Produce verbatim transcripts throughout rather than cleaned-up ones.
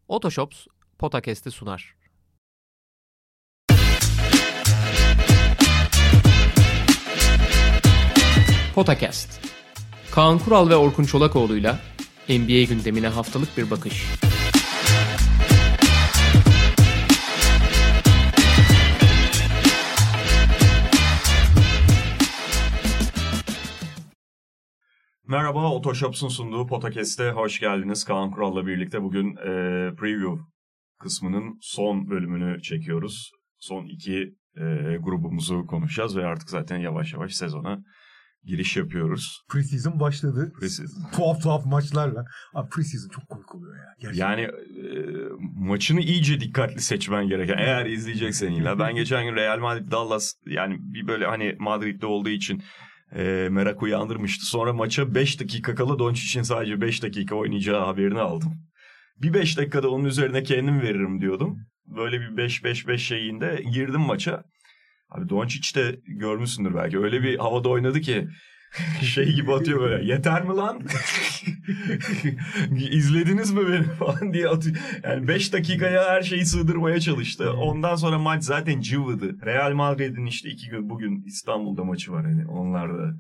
Otoshops Podcast'i sunar. Podcast. Kaan Kural ve Orkun Çolakoğlu'yla N B A gündemine haftalık bir bakış. Merhaba, Otoshops'un sunduğu Podcast'e hoş geldiniz. Kaan Kural'la birlikte bugün e, preview kısmının son bölümünü çekiyoruz. Son iki e, grubumuzu konuşacağız ve artık zaten yavaş yavaş sezona giriş yapıyoruz. Preseason başladı. Preseason. Tuhaf tuhaf maçlarla. Abi preseason çok komik oluyor ya. Gerçekten. Yani e, maçını iyice dikkatli seçmen gereken. Eğer izleyeceksen illa. Ben geçen gün Real Madrid Dallas, yani bir böyle hani Madrid'de olduğu için E, merak uyandırmıştı. Sonra maça beş dakika kala Doncic'in sadece beş dakika oynayacağı haberini aldım. Bir beş dakikada onun üzerine kendim veririm diyordum. Böyle bir beş beş beş şeyinde girdim maça. Abi Doncic de görmüşsündür belki. Öyle bir havada oynadı ki şey gibi atıyor böyle. Yeter mi lan? İzlediniz mi beni falan diye atıyor. Yani beş dakikaya her şeyi sığdırmaya çalıştı. Ondan sonra maç zaten cıvıdı. Real Madrid'in işte iki gün bugün İstanbul'da maçı var. Yani onlar da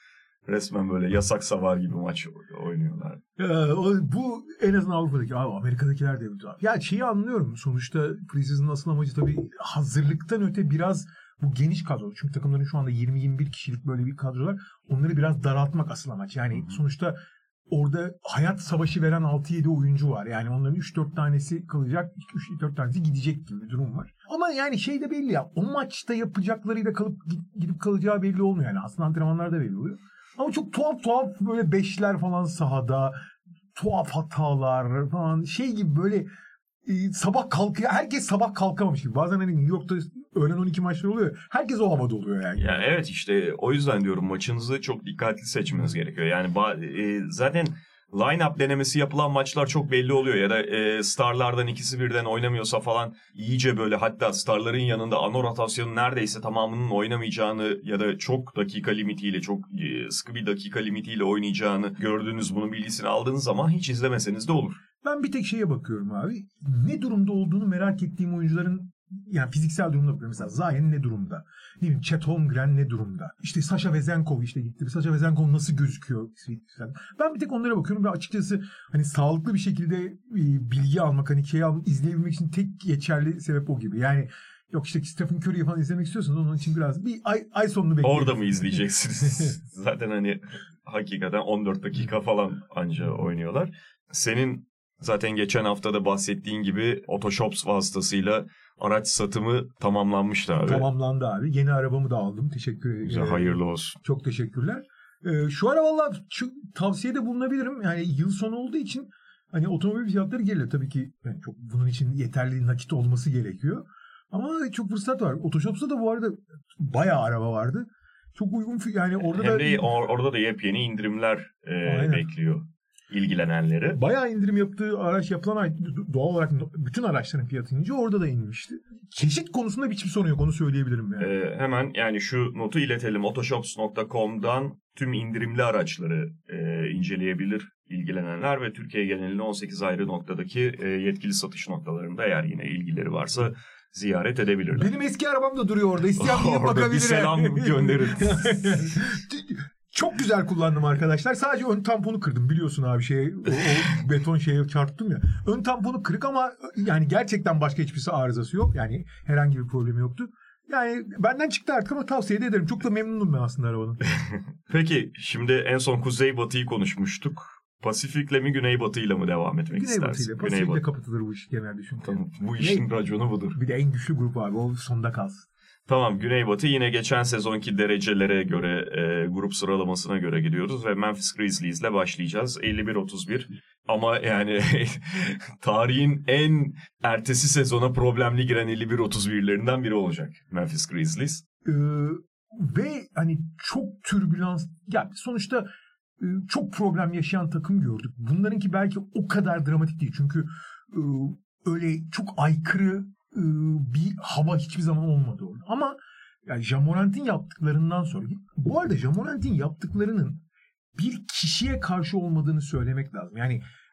resmen böyle yasak savar gibi maç oynuyorlar. Ya, o, bu en azından Avrupa'daki. Abi Amerika'dakiler de yapıyor. Ya şeyi anlıyorum. Sonuçta preseason'ın asıl amacı tabii hazırlıktan öte biraz bu geniş kadro. Çünkü takımların şu anda yirmi yirmi bir kişilik böyle bir kadrolar. Onları biraz daraltmak asıl amaç. Yani Hı-hı. sonuçta orada hayat savaşı veren altı yedi oyuncu var. Yani onların üç dört tanesi kalacak, üç dört tanesi gidecek gibi bir durum var. Ama yani şey de belli ya. O maçta yapacaklarıyla kalıp gidip kalacağı belli olmuyor. Yani aslında antrenmanlarda belli oluyor. Ama çok tuhaf tuhaf böyle beşler falan sahada. Tuhaf hatalar falan. Şey gibi böyle e, sabah kalkıyor. Herkes sabah kalkamamış gibi. Bazen hani New York'ta öğlen on iki maçları oluyor. Herkes o havada oluyor yani. Ya evet, işte o yüzden diyorum maçınızı çok dikkatli seçmeniz gerekiyor. Yani e, zaten line-up denemesi yapılan maçlar çok belli oluyor. Ya da e, starlardan ikisi birden oynamıyorsa falan iyice böyle, hatta starların yanında ano rotasyonun neredeyse tamamının oynamayacağını ya da çok dakika limitiyle, çok e, sıkı bir dakika limitiyle oynayacağını gördüğünüz, bunun bilgisini aldığınız zaman hiç izlemeseniz de olur. Ben bir tek şeye bakıyorum abi. Ne durumda olduğunu merak ettiğim oyuncuların, yani fiziksel durumda bakıyorum. Mesela Zion ne durumda? Ne bileyim, Chet Holmgren ne durumda? İşte Sasha Vezenkov işte gitti. Sasha Vezenkov nasıl gözüküyor? Ben bir tek onlara bakıyorum ve açıkçası hani sağlıklı bir şekilde bilgi almak, hani şey almak, izleyebilmek için tek geçerli sebep o gibi. Yani yok işte Stephen Curry'i falan izlemek istiyorsanız onun için biraz bir ay, ay sonunu bekleyin. Orada mı izleyeceksiniz? Zaten hani hakikaten on dört dakika falan anca oynuyorlar. Senin zaten geçen haftada bahsettiğin gibi Otoshops vasıtasıyla araç satımı tamamlanmıştı abi. Tamamlandı abi. Yeni arabamı da aldım. Teşekkür ederim. Güzel, hayırlı olsun. Çok teşekkürler. Ee, şu ara valla tavsiyede bulunabilirim. Yani yıl sonu olduğu için hani otomobil fiyatları geliyor. Tabii ki yani çok bunun için yeterli nakit olması gerekiyor. Ama çok fırsat var. Otoshops'ta da bu arada bayağı araba vardı. Çok uygun, yani orada Hem da... de or- orada da yepyeni indirimler e, bekliyor ilgilenenleri. Bayağı indirim yaptığı araç, yapılan ay, doğal olarak bütün araçların fiyatı inince orada da inmişti. Çeşit konusunda hiçbir sorun yok, onu söyleyebilirim yani. Ee, hemen yani şu notu iletelim. Otoshops nokta com'dan tüm indirimli araçları e, inceleyebilir ilgilenenler ve Türkiye genelinde on sekiz ayrı noktadaki e, yetkili satış noktalarında eğer yine ilgileri varsa ziyaret edebilirler. Benim eski arabam da duruyor orada. İsteyen bir bakabilir. Orada bir selam gönderin. Çok güzel kullandım arkadaşlar. Sadece ön tamponu kırdım, biliyorsun abi, şey o, o beton şeye çarptım ya. Ön tamponu kırık ama yani gerçekten başka hiçbir arızası yok. Yani herhangi bir problemi yoktu. Yani benden çıktı artık ama tavsiye de ederim. Çok da memnunum ben aslında arabanın. Peki şimdi en son Kuzey Batı'yı konuşmuştuk. Pasifik'le mi Güneybatı'yla mı devam etmek Güney istersin? Güneybatı'yla. Pasifik'le kapatılır bu iş genelde çünkü. Tamam, bu işin Güney... raconu budur. Bir de en güçlü grup abi, o sonda kalsın. Tamam, Güneybatı yine geçen sezonki derecelere göre, e, grup sıralamasına göre gidiyoruz ve Memphis Grizzlies'le başlayacağız. elli bir otuz bir. Ama yani tarihin en ertesi sezona problemli giren elli bir otuz birlerinden biri olacak Memphis Grizzlies. Ee, ve hani çok türbülans, yani sonuçta e, çok problem yaşayan takım gördük. Bunlarınki belki o kadar dramatik değil. Çünkü e, öyle çok aykırı bir hava hiçbir zaman olmadı orada. Ama yani Ja Morant'in yaptıklarından sonra, bu arada Ja Morant'in yaptıklarının bir kişiye karşı olmadığını söylemek lazım. Yani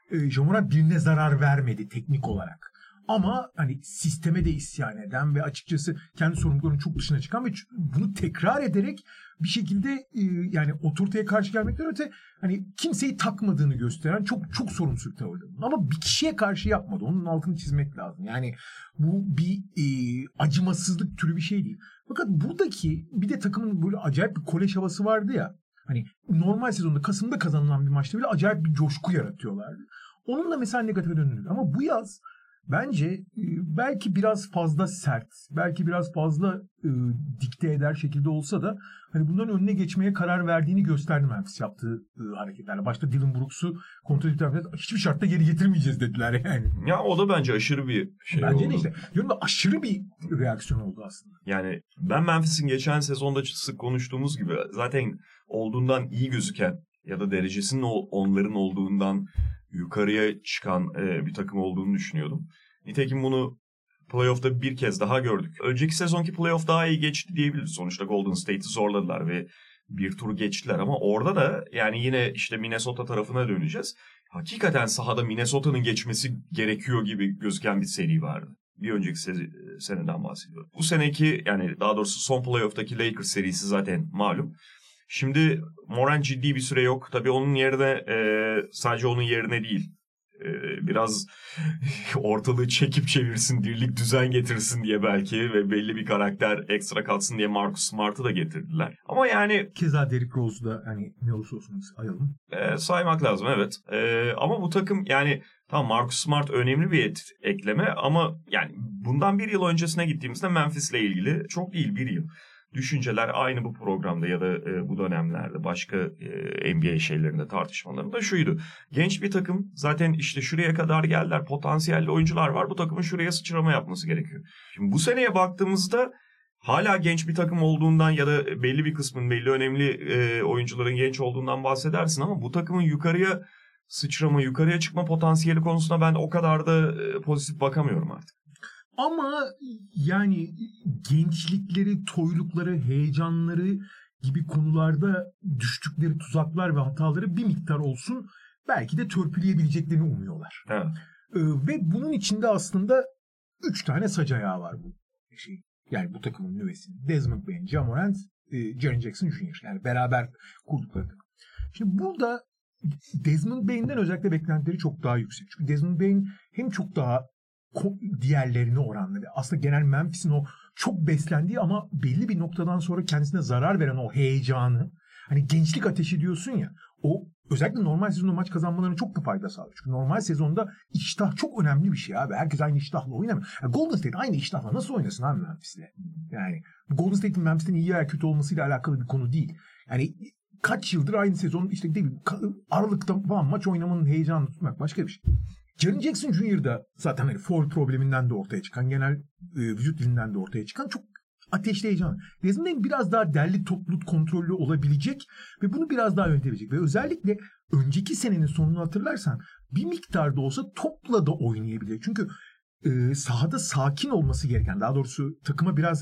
e, Ja Morant birine zarar vermedi teknik olarak. Ama hani sisteme de isyan eden ve açıkçası kendi sorumluluklarının çok dışına çıkan ve bunu tekrar ederek bir şekilde e, yani otoriteye karşı gelmekten öte hani kimseyi takmadığını gösteren çok çok sorumsuz bir tavırdı. Ama bir kişiye karşı yapmadı. Onun altını çizmek lazım. Yani bu bir e, acımasızlık türü bir şey değil. Fakat buradaki bir de takımın böyle acayip bir kolej havası vardı ya. Hani normal sezonda Kasım'da kazanılan bir maçta bile acayip bir coşku yaratıyorlardı. Onun da mesela negatife döndü. Ama bu yaz bence belki biraz fazla sert, belki biraz fazla e, dikte eder şekilde olsa da hani bunların önüne geçmeye karar verdiğini gösterdi Memphis yaptığı e, hareketlerle. Başta Dillon Brooks'u kontrol edip hiçbir şartta geri getirmeyeceğiz dediler yani. Ya o da bence aşırı bir şey bence oldu. Bence de işte. Diyorum da aşırı bir reaksiyon oldu aslında. Yani ben Memphis'in geçen sezonda sık konuştuğumuz gibi zaten olduğundan iyi gözüken ya da derecesinin onların olduğundan yukarıya çıkan e, bir takım olduğunu düşünüyordum. Nitekim bunu playoff'ta bir kez daha gördük. Önceki sezonki playoff daha iyi geçti diyebiliriz. Sonuçta Golden State'i zorladılar ve bir tur geçtiler ama orada da yani yine işte Minnesota tarafına döneceğiz. Hakikaten sahada Minnesota'nın geçmesi gerekiyor gibi gözüken bir seri vardı. Bir önceki se- seneden bahsediyorum. Bu seneki yani daha doğrusu son playoff'taki Lakers serisi zaten malum. Şimdi Morant ciddi bir süre yok. Tabii onun yerine e, sadece onun yerine değil. E, biraz ortalığı çekip çevirsin, dirlik düzen getirsin diye belki ve belli bir karakter ekstra kalsın diye Marcus Smart'ı da getirdiler. Ama yani... Keza Derrick Rose'u da hani ne olursa olsun ayalım. E, saymak lazım evet. E, ama bu takım yani tamam Marcus Smart önemli bir et, ekleme ama yani bundan bir yıl öncesine gittiğimizde Memphis'le ilgili çok değil bir yıl. Düşünceler aynı bu programda ya da e, bu dönemlerde başka e, N B A şeylerinde tartışmalarında şuydu. Genç bir takım zaten işte şuraya kadar geldiler, potansiyelli oyuncular var, bu takımın şuraya sıçrama yapması gerekiyor. Şimdi bu seneye baktığımızda hala genç bir takım olduğundan ya da belli bir kısmın belli önemli e, oyuncuların genç olduğundan bahsedersin ama bu takımın yukarıya sıçrama, yukarıya çıkma potansiyeli konusunda ben o kadar da e, pozitif bakamıyorum artık. Ama yani gençlikleri, toylukları, heyecanları gibi konularda düştükleri tuzaklar ve hataları bir miktar olsun belki de törpüleyebileceklerini umuyorlar. Evet. Ee, ve bunun içinde aslında üç tane sac ayağı var bu şey. Yani bu takımın nüvesi. Desmond Bane, Ja Morant, e, Jaren Jackson Junior Yani beraber kurdukları takım. Şimdi burada Desmond Bane'den özellikle beklentileri çok daha yüksek. Çünkü Desmond Bane hem çok daha diğerlerine oranla ve aslında genel Memphis'in o çok beslendiği ama belli bir noktadan sonra kendisine zarar veren o heyecanı, hani gençlik ateşi diyorsun ya, o özellikle normal sezonda maç kazanmalarına çok da fayda sağlıyor. Çünkü normal sezonda iştah çok önemli bir şey abi. Herkes aynı iştahla oynamıyor. Yani Golden State aynı iştahla nasıl oynasın abi Memphis'le? Yani Golden State'in Memphis'ten iyi veya kötü olmasıyla alakalı bir konu değil. Yani kaç yıldır aynı sezon işte değil mi? Aralıkta falan maç oynamanın heyecanını tutmak başka bir şey. Jaren Jackson Junior da zaten hani foul probleminden de ortaya çıkan, genel e, vücut dilinden de ortaya çıkan çok ateşli heyecan. Desmond Bane biraz daha derli toplu kontrollü olabilecek ve bunu biraz daha yönetebilecek. Ve özellikle önceki senenin sonunu hatırlarsan bir miktarda olsa topla da oynayabilir. Çünkü e, sahada sakin olması gereken, daha doğrusu takıma biraz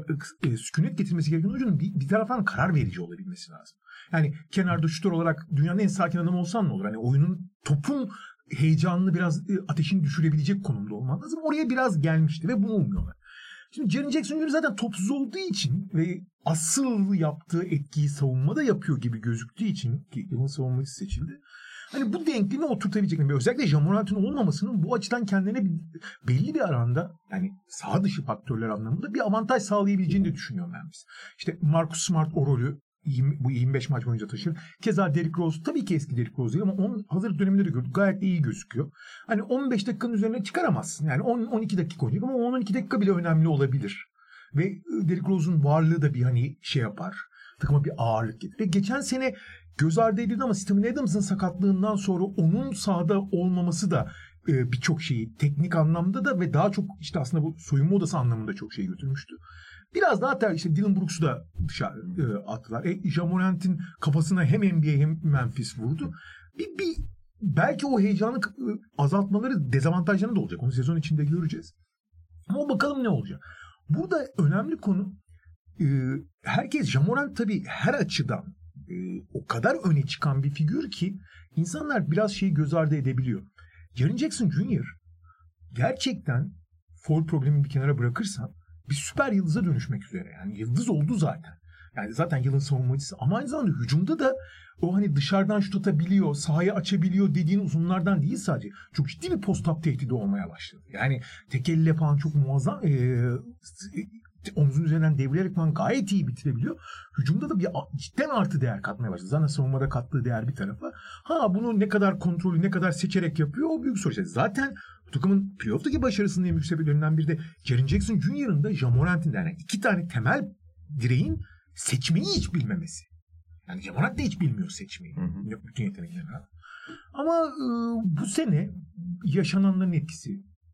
e, sükunet getirmesi gereken oyuncunun bir, bir taraftan karar verici olabilmesi lazım. Yani kenarda şutör olarak dünyanın en sakin adamı olsan ne olur? Hani oyunun, topun heyecanını biraz e, ateşini düşürebilecek konumda olman lazım. Oraya biraz gelmişti ve bunu umuyorlar. Şimdi Jaren Jackson Junior zaten topsuz olduğu için ve asıl yaptığı etkiyi savunmada yapıyor gibi gözüktüğü için ki yılın savunmacısı seçildi. Hani bu denklemi oturtabilecekler ve özellikle Ja Morant'ın olmamasının bu açıdan kendilerine belli bir aranda, yani saha dışı faktörler anlamında bir avantaj sağlayabileceğini de düşünüyorum ben biz. İşte Marcus Smart o rolü bu yirmi beş maç boyunca taşır. Keza Derrick Rose tabii ki eski Derrick Rose değil ama onun hazır döneminde de gördük. Gayet de iyi gözüküyor. Hani on beş dakikanın üzerine çıkaramazsın. Yani on on iki dakika oynayacak ama on on iki dakika bile önemli olabilir. Ve Derrick Rose'un varlığı da bir hani şey yapar. Takıma bir ağırlık getirir. Ve geçen sene göz ardı edildi ama Steven Adams'ın sakatlığından sonra onun sahada olmaması da e, birçok şeyi teknik anlamda da ve daha çok işte aslında bu soyunma odası anlamında çok şey götürmüştü. Biraz daha hatta işte Dillon Brooks'u da dışarı e, attılar. E, Ja Morant'in kafasına hem N B A hem Memphis vurdu. Bir, bir belki o heyecanı e, azaltmaları dezavantajlarını da olacak. Onu sezon içinde göreceğiz. Ama bakalım ne olacak. Burada önemli konu e, herkes Ja Morant tabii her açıdan e, o kadar öne çıkan bir figür ki insanlar biraz şeyi göz ardı edebiliyor. Jaren Jackson Junior gerçekten foul problemi bir kenara bırakırsan bir süper yıldıza dönüşmek üzere. Yani yıldız oldu zaten. Yani zaten yılın savunmacısı ama aynı zamanda hücumda da o hani dışarıdan şut atabiliyor, sahayı açabiliyor dediğin uzunlardan değil sadece. Çok ciddi bir post-up tehdidi olmaya başladı. Yani tek elle falan çok muazzam e, omzun üzerinden devrilerek falan gayet iyi bitirebiliyor. Hücumda da bir cidden artı değer katmaya başladı. Zaten savunmada kattığı değer bir tarafa. Ha bunu ne kadar kontrolü, ne kadar seçerek yapıyor o büyük soru. Zaten bu takımın playoff'taki başarısının en büyük sebeplerinden biri de Jaren Jackson Junior'ın da Ja Morant'in de yani iki tane temel direğin seçmeyi hiç bilmemesi. Yani Ja Morant da hiç bilmiyor seçmeyi. Hı hı. Bütün yeteneklerini. Ama e, bu sene yaşananların etkisi,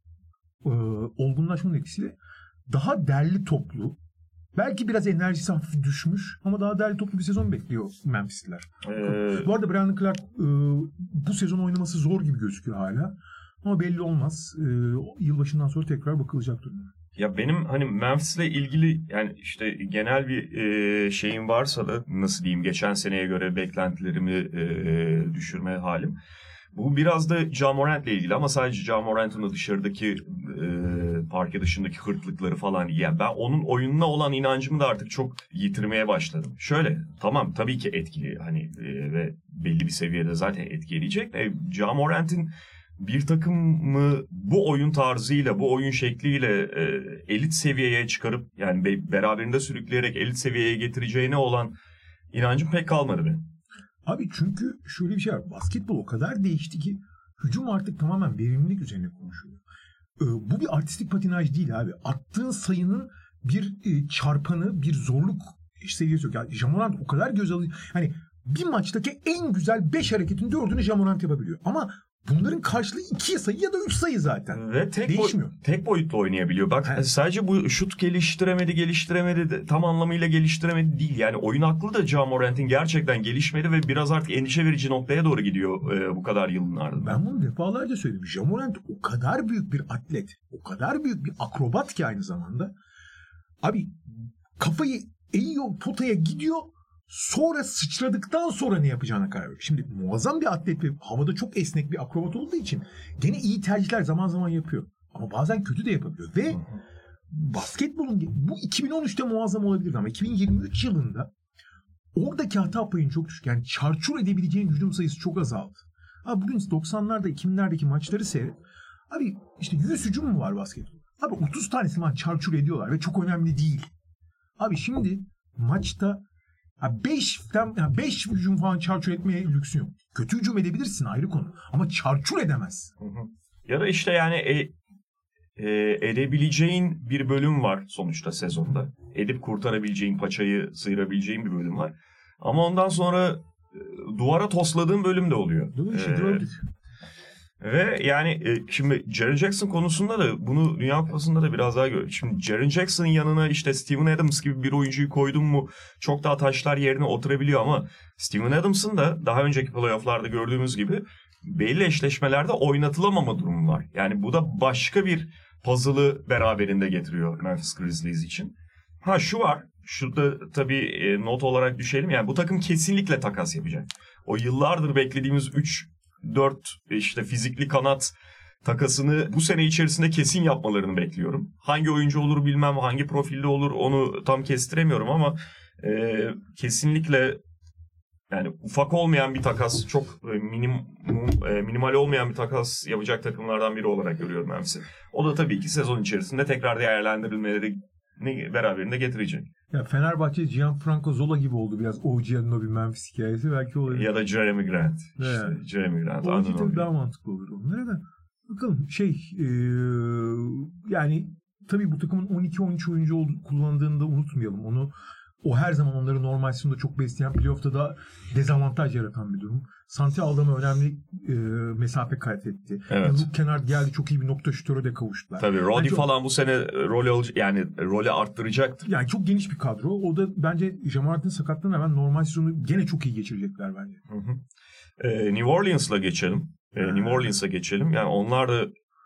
e, olgunlaşmanın etkisiyle daha derli toplu, belki biraz enerjisi hafif düşmüş ama daha derli toplu bir sezon bekliyor Memphis'liler. Ee... Bu arada Brandon Clark e, bu sezon oynaması zor gibi gözüküyor hala. Ama belli olmaz. E, yılbaşından sonra tekrar bakılacak durumda. Ya benim hani Memphis'le ilgili yani işte genel bir e, şeyim varsa da nasıl diyeyim geçen seneye göre beklentilerimi e, düşürme halim. Bu biraz da Ja Morant'le ilgili ama sadece Ja Morant'ın da dışarıdaki e, parke dışındaki hırtlıkları falan değil. Yani ben onun oyununa olan inancımı da artık çok yitirmeye başladım. Şöyle tamam tabii ki etkili hani e, ve belli bir seviyede zaten etkileyecek. E, Ja Morant'in bir takımı bu oyun tarzıyla, bu oyun şekliyle e, elit seviyeye çıkarıp yani be, beraberinde sürükleyerek elit seviyeye getireceğine olan inancım pek kalmadı benim. Abi çünkü şöyle bir şey var. Basketbol o kadar değişti ki hücum artık tamamen verimlilik üzerine konuşuyor. Ee, bu bir artistik patinaj değil abi. Attığın sayının bir e, çarpanı, bir zorluk seviyesi yok. Yani Ja Morant o kadar göz alıcı. Hani bir maçtaki en güzel beş hareketin dördünü Ja Morant yapabiliyor. Ama bunların karşılığı iki sayı ya da üç sayı zaten. Ve tek, boy- tek boyutlu oynayabiliyor. Bak evet. Sadece bu şut geliştiremedi, geliştiremedi, de, tam anlamıyla geliştiremedi değil. Yani oyun aklı da Ja Morant'in gerçekten gelişmedi ve biraz artık endişe verici noktaya doğru gidiyor e, bu kadar yılın ardından. Ben bunu defalarca söyledim. Ja Morant o kadar büyük bir atlet, o kadar büyük bir akrobat ki aynı zamanda. Abi kafayı eğiyor, potaya gidiyor. Sonra sıçradıktan sonra ne yapacağına karar veriyor. Şimdi muazzam bir atlet ve havada çok esnek bir akrobat olduğu için gene iyi tercihler zaman zaman yapıyor. Ama bazen kötü de yapabiliyor. Ve basketbolun bu iki bin on üçte muazzam olabilirdi ama iki bin yirmi üç yılında oradaki hata payın çok düşük. Yani çarçur edebileceğin hücum sayısı çok azaldı. Abi bugün doksanlarda iki binlerdeki maçları seyret. Abi işte yüz hücum mu var basketbol? Abi otuz tanesi man çarçur ediyorlar ve çok önemli değil. Abi şimdi maçta beşten beş hücum falan çarçur etmeye lüksün yok. Kötü hücum edebilirsin ayrı konu. Ama çarçur edemez. Hı hı. Ya da işte yani e, e, edebileceğin bir bölüm var sonuçta sezonda. Edip kurtarabileceğin, paçayı sıyırabileceğin bir bölüm var. Ama ondan sonra e, duvara tosladığın bölüm de oluyor. Değil mi? İşte ee, Ve yani e, şimdi Jaren Jackson konusunda da bunu Dünya Kupası'nda da biraz daha görüyoruz. Şimdi Jaren Jackson'ın yanına işte Steven Adams gibi bir oyuncuyu koydun mu çok daha taşlar yerine oturabiliyor ama Steven Adams'ın da daha önceki playoff'larda gördüğümüz gibi belli eşleşmelerde oynatılamama durumu var. Yani bu da başka bir puzzle'ı beraberinde getiriyor Memphis Grizzlies için. Ha şu var, şu da tabii e, not olarak düşelim. Yani bu takım kesinlikle takas yapacak. O yıllardır beklediğimiz üç dört işte fizikli kanat takasını bu sene içerisinde kesin yapmalarını bekliyorum. Hangi oyuncu olur bilmem, hangi profilde olur onu tam kestiremiyorum ama e, kesinlikle yani ufak olmayan bir takas, çok minimum, e, minimal olmayan bir takas yapacak takımlardan biri olarak görüyorum Memphis'i. O da tabii ki sezon içerisinde tekrar değerlendirilmelerini beraberinde getirecek. Ya Fenerbahçe Gianfranco Zola gibi oldu biraz O G Anunoby Memphis hikayesi belki olabilir. Ya da Jeremy Grant. İşte evet. Jeremy Grant. O G tabii daha mantıklı olur onlara da. Bakalım şey ee, yani tabii bu takımın on iki on üç oyuncu oldu, kullandığını da unutmayalım. Onu o her zaman onları normal sezonda çok besleyen, playoff'ta da dezavantaj yaratan bir durum. Santi Aldama önemli e, mesafe kaydetti. Evet. Luke Kennard geldi, çok iyi bir nokta şutöre de kavuştular. Tabii Roddy yani falan çok, bu sene rolü yani rolü arttıracaktır. Yani çok geniş bir kadro. O da bence Ja Morant'ın sakatlığına hemen normal sezonu gene çok iyi geçirecekler bence. Hı hı. Ee, New Orleans'la geçelim. Ee, New Orleans'a geçelim. Yani onlar da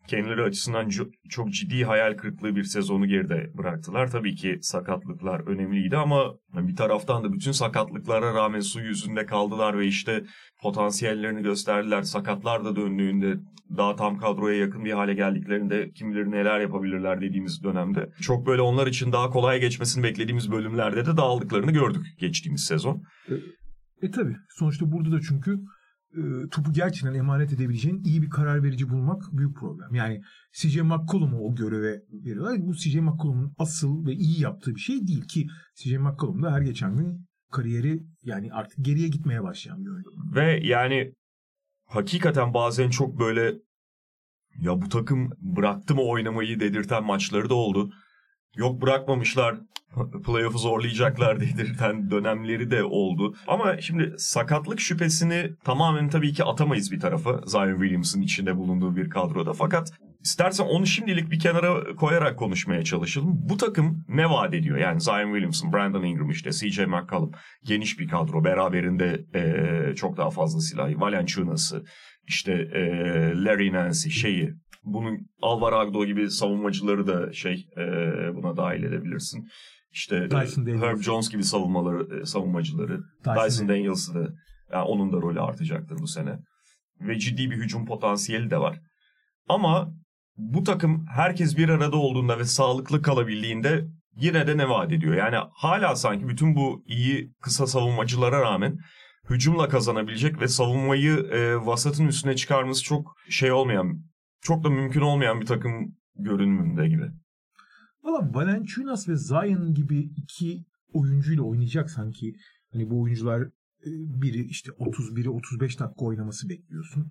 kendileri açısından çok ciddi hayal kırıklığı bir sezonu geride bıraktılar. Tabii ki sakatlıklar önemliydi ama bir taraftan da bütün sakatlıklara rağmen su yüzünde kaldılar ve işte potansiyellerini gösterdiler. Sakatlar da döndüğünde daha tam kadroya yakın bir hale geldiklerinde kim bilir neler yapabilirler dediğimiz dönemde. Çok böyle onlar için daha kolay geçmesini beklediğimiz bölümlerde de dağıldıklarını gördük geçtiğimiz sezon. E, e tabii sonuçta burada da çünkü e, topu gerçekten emanet edebileceğin iyi bir karar verici bulmak büyük problem. Yani C J McCollum'u o göreve veriyorlar. Bu C J McCollum'un asıl ve iyi yaptığı bir şey değil ki C J McCollum da her geçen gün kariyeri yani artık geriye gitmeye başlayan bir oyuncu. Ve yani hakikaten bazen çok böyle ya bu takım bıraktı mı oynamayı dedirten maçları da oldu. Yok bırakmamışlar, playoff'u zorlayacaklar dedirten dönemleri de oldu. Ama şimdi sakatlık şüphesini tamamen tabii ki atamayız bir tarafa. Zion Williams'ın içinde bulunduğu bir kadroda. Fakat istersen onu şimdilik bir kenara koyarak konuşmaya çalışalım. Bu takım ne vaat ediyor? Yani Zion Williamson, Brandon Ingram işte, C J McCollum. Geniş bir kadro. Beraberinde ee, çok daha fazla silahı. Valanciunas'ı, işte ee, Larry Nance, şeyi. Bunun Alvarado gibi savunmacıları da şey e, buna dahil edebilirsin. İşte Dyson Herb Daniels. Jones gibi savunmaları savunmacıları. Dyson, Dyson Daniels'ı da yani onun da rolü artacaktır bu sene. Ve ciddi bir hücum potansiyeli de var. Ama bu takım herkes bir arada olduğunda ve sağlıklı kalabildiğinde yine de ne vaat ediyor? Yani hala sanki bütün bu iyi kısa savunmacılara rağmen hücumla kazanabilecek ve savunmayı e, vasatın üstüne çıkarması çok şey olmayan, çok da mümkün olmayan bir takım görünümünde gibi. Valla Valanciunas ve Zion gibi iki oyuncuyla oynayacak sanki. Hani bu oyuncular biri işte otuz biri otuz beş dakika oynaması bekliyorsun.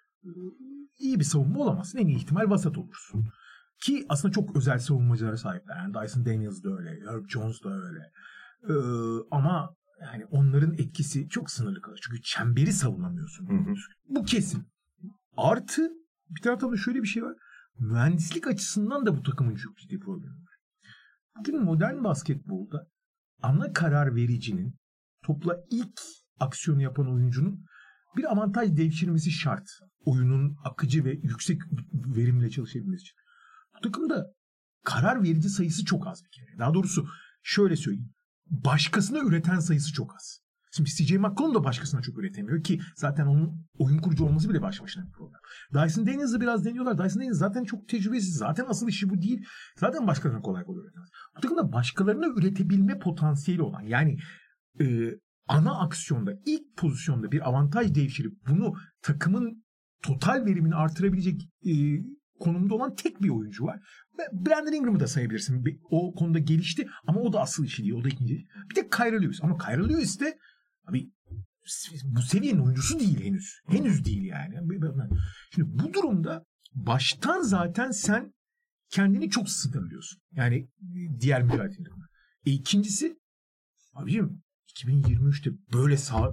İyi bir savunma olamazsın. En iyi ihtimal vasat olursun. Ki aslında çok özel savunmacılara sahipler. Yani Dyson Daniels da öyle. Herb Jones da öyle. Ee, ama yani onların etkisi çok sınırlı kalır. Çünkü çemberi savunamıyorsun. Hı hı. Bu kesin. Artı bir taraftan da şöyle bir şey var. Mühendislik açısından da bu takımın çok ciddi problemi var. Bugün modern basketbolda ana karar vericinin, topla ilk aksiyonu yapan oyuncunun bir avantaj devşirmesi şart. Oyunun akıcı ve yüksek verimle çalışabilmesi için. Bu takımda karar verici sayısı çok az bir kere. Daha doğrusu şöyle söyleyeyim. Başkasına üreten sayısı çok az. Şimdi C J McCollum da başkasına çok üretemiyor ki zaten onun oyun kurucu olması bile baş başına bir problem. Dyson Daniels'ı biraz deniyorlar. Dyson Daniels zaten çok tecrübesiz. Zaten asıl işi bu değil. Zaten başkalarına kolay kolay üretemez. Bu takımda başkalarına üretebilme potansiyeli olan yani e, ana aksiyonda ilk pozisyonda bir avantaj devşirip bunu takımın total verimini artırabilecek e, konumda olan tek bir oyuncu var. Brandon Ingram'ı da sayabilirsin. O konuda gelişti ama o da asıl işi değil. O da ikinci. Bir de Kyrie Lewis. Ama Kyrie Lewis de abi bu seviyenin oyuncusu değil henüz. Henüz değil yani. Şimdi bu durumda baştan zaten sen kendini çok sınırlıyorsun. Yani diğer mücadelelerinde. E ikincisi abicim iki bin yirmi üçte böyle sağ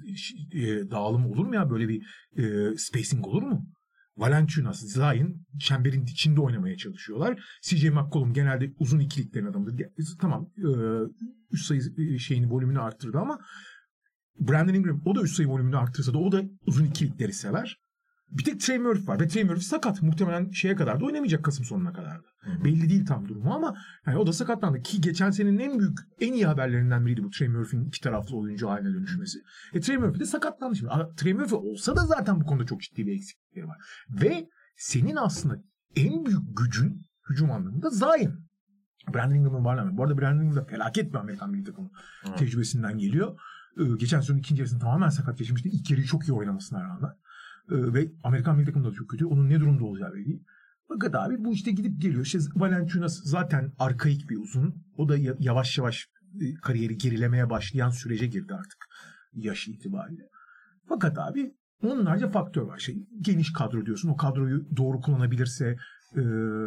e, dağılım olur mu ya? Böyle bir e, spacing olur mu? Valanciunas, Zion çemberin içinde oynamaya çalışıyorlar. C J McCollum genelde uzun ikiliklerin adamıdır. Tamam e, üst sayı şeyini volümünü arttırdı ama Brandon Ingram o da üst sayı volümünü arttırsa da o da uzun ikilikleri sever. Bir tek Trey Murphy var ve Trey Murphy sakat. Muhtemelen şeye kadar da oynamayacak Kasım sonuna kadar da. Hı-hı. Belli değil tam durumu ama yani o da sakatlandı ki geçen senenin en büyük, en iyi haberlerinden biriydi bu Trey Murphy'nin iki taraflı oyuncu haline dönüşmesi. E Trey Murphy de sakatlandı şimdi. Trey Murphy olsa da zaten bu konuda çok ciddi bir eksiklikleri var. Ve senin aslında en büyük gücün hücum anlamında Zion. Brandon Ingram'ın varlamıyor. Bu arada Brandon Ingram da felaket bir Amerikan milli takımı Hı. tecrübesinden geliyor. Ee, geçen sezonun ikinci yarısını tamamen sakat geçmişti. İlk yarıyı çok iyi oynamasına rağmen. Ee, ve Amerikan milli takımı da çok kötü. Onun ne durumda olacağı belli değil. Fakat abi bu işte gidip geliyor. İşte Valanciunas zaten arkaik bir uzun. O da yavaş yavaş kariyeri gerilemeye başlayan sürece girdi artık. Yaş itibariyle. Fakat abi onlarca faktör var. Şey, geniş kadro diyorsun. O kadroyu doğru kullanabilirse e,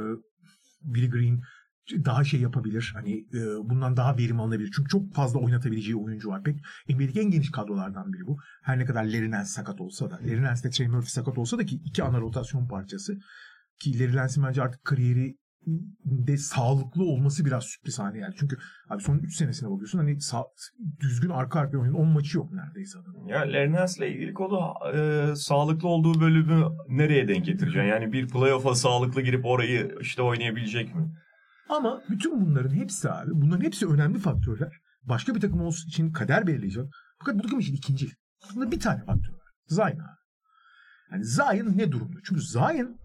Billy Green daha şey yapabilir. Hani e, bundan daha verim alınabilir. Çünkü çok fazla oynatabileceği oyuncu var. Pek N B A'deki en geniş kadrolardan biri bu. Her ne kadar Larry Nance sakat olsa da. Larry Nance ve Trey Murphy sakat olsa da ki iki ana rotasyon parçası. Ki Larry Nance'in bence artık kariyeri de sağlıklı olması biraz sürpriz haline geldi. Çünkü abi son üç senesine bakıyorsun hani sağ, düzgün arka arkaya oynayan on maçı yok neredeyse adamın. Ya Larry Nance'le ilgili konu e, sağlıklı olduğu bölümü nereye denk getireceksin? Yani bir playoff'a sağlıklı girip orayı işte oynayabilecek mi? Ama bütün bunların hepsi abi, bunların hepsi önemli faktörler. Başka bir takım olsun için kader belirleyecek. Fakat bu takım için ikinci. Bunda bir tane faktör var. Zion abi. Yani Zion ne durumda? Çünkü Zion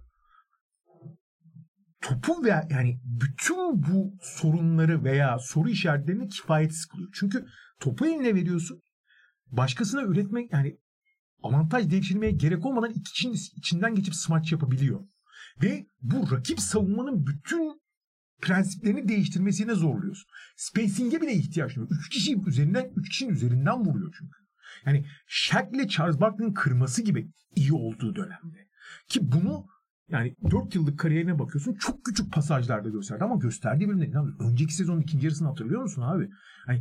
topu ve yani bütün bu sorunları veya soru işaretlerini kifayetsiz kılıyor. Çünkü topu eline veriyorsun. Başkasına üretmek yani avantaj devşirmeye gerek olmadan için, içinden geçip smaç yapabiliyor. Ve bu rakip savunmanın bütün prensiplerini değiştirmesine zorluyorsun. Spacing'e bile ihtiyaç yok. Üç kişi üzerinden, üç kişinin üzerinden vuruyor çünkü. Yani Shaq ile Charles Barkley'nin kırması gibi iyi olduğu dönemde. Ki bunu yani dört yıllık kariyerine bakıyorsun çok küçük pasajlarda gösterdi ama gösterdiği bölümde inanmıyorum. Önceki sezonun ikinci yarısını hatırlıyor musun abi? Hani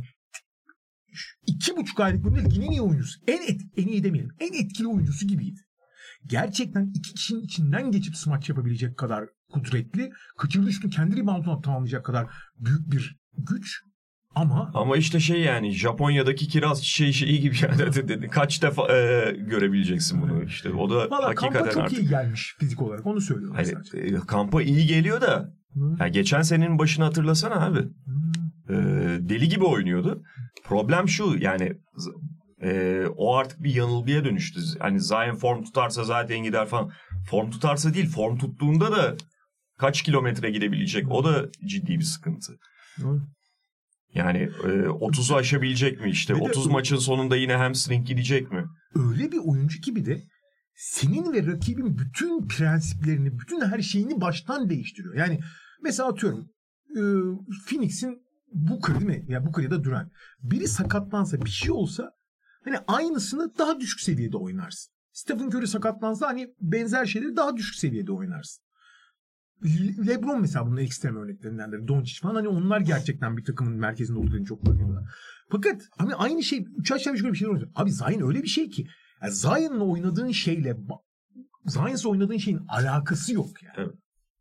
iki buçuk aylık bölümde ligin en iyi oyuncusu. En, et, en iyi demeyelim. En etkili oyuncusu gibiydi. Gerçekten iki kişinin içinden geçip smaç yapabilecek kadar kudretli. Kaçırdığı şunu kendi rebounduna tamamlayacak kadar büyük bir güç. Ama ama işte şey yani Japonya'daki kiraz çiçeği şeyi gibi yani kaç defa e, görebileceksin bunu işte o da vallahi hakikaten kampa çok artık. iyi gelmiş fizik olarak onu söylüyorum. Hani, e, kampa iyi geliyor da yani geçen senenin başını hatırlasana abi. E, deli gibi oynuyordu. Problem şu yani e, o artık bir yanılgıya dönüştü. Hani Zion form tutarsa zaten gider falan. Form tutarsa değil form tuttuğunda da kaç kilometre gidebilecek o da ciddi bir sıkıntı. Hı. Yani e, otuzu aşabilecek mi işte? otuz maçın sonunda yine hamstring gidecek mi? Öyle bir oyuncu gibi de senin ve rakibin bütün prensiplerini, bütün her şeyini baştan değiştiriyor. Yani mesela atıyorum e, Phoenix'in Booker değil mi? Ya Booker ya da Durant. Biri sakatlansa bir şey olsa hani aynısını daha düşük seviyede oynarsın. Stephen Curry sakatlansa hani benzer şeyleri daha düşük seviyede oynarsın. LeBron mesela bunun ekstrem örneklerindendir. Doncic falan hani onlar gerçekten bir takımın merkezinde olduklarını çok bakıyorlar. Fakat hani aynı şey üç aşağı beş yukarı bir şeyler oluyor. Abi Zion öyle bir şey ki yani Zion'la oynadığın şeyle Zion'la oynadığın şeyin alakası yok yani. Evet.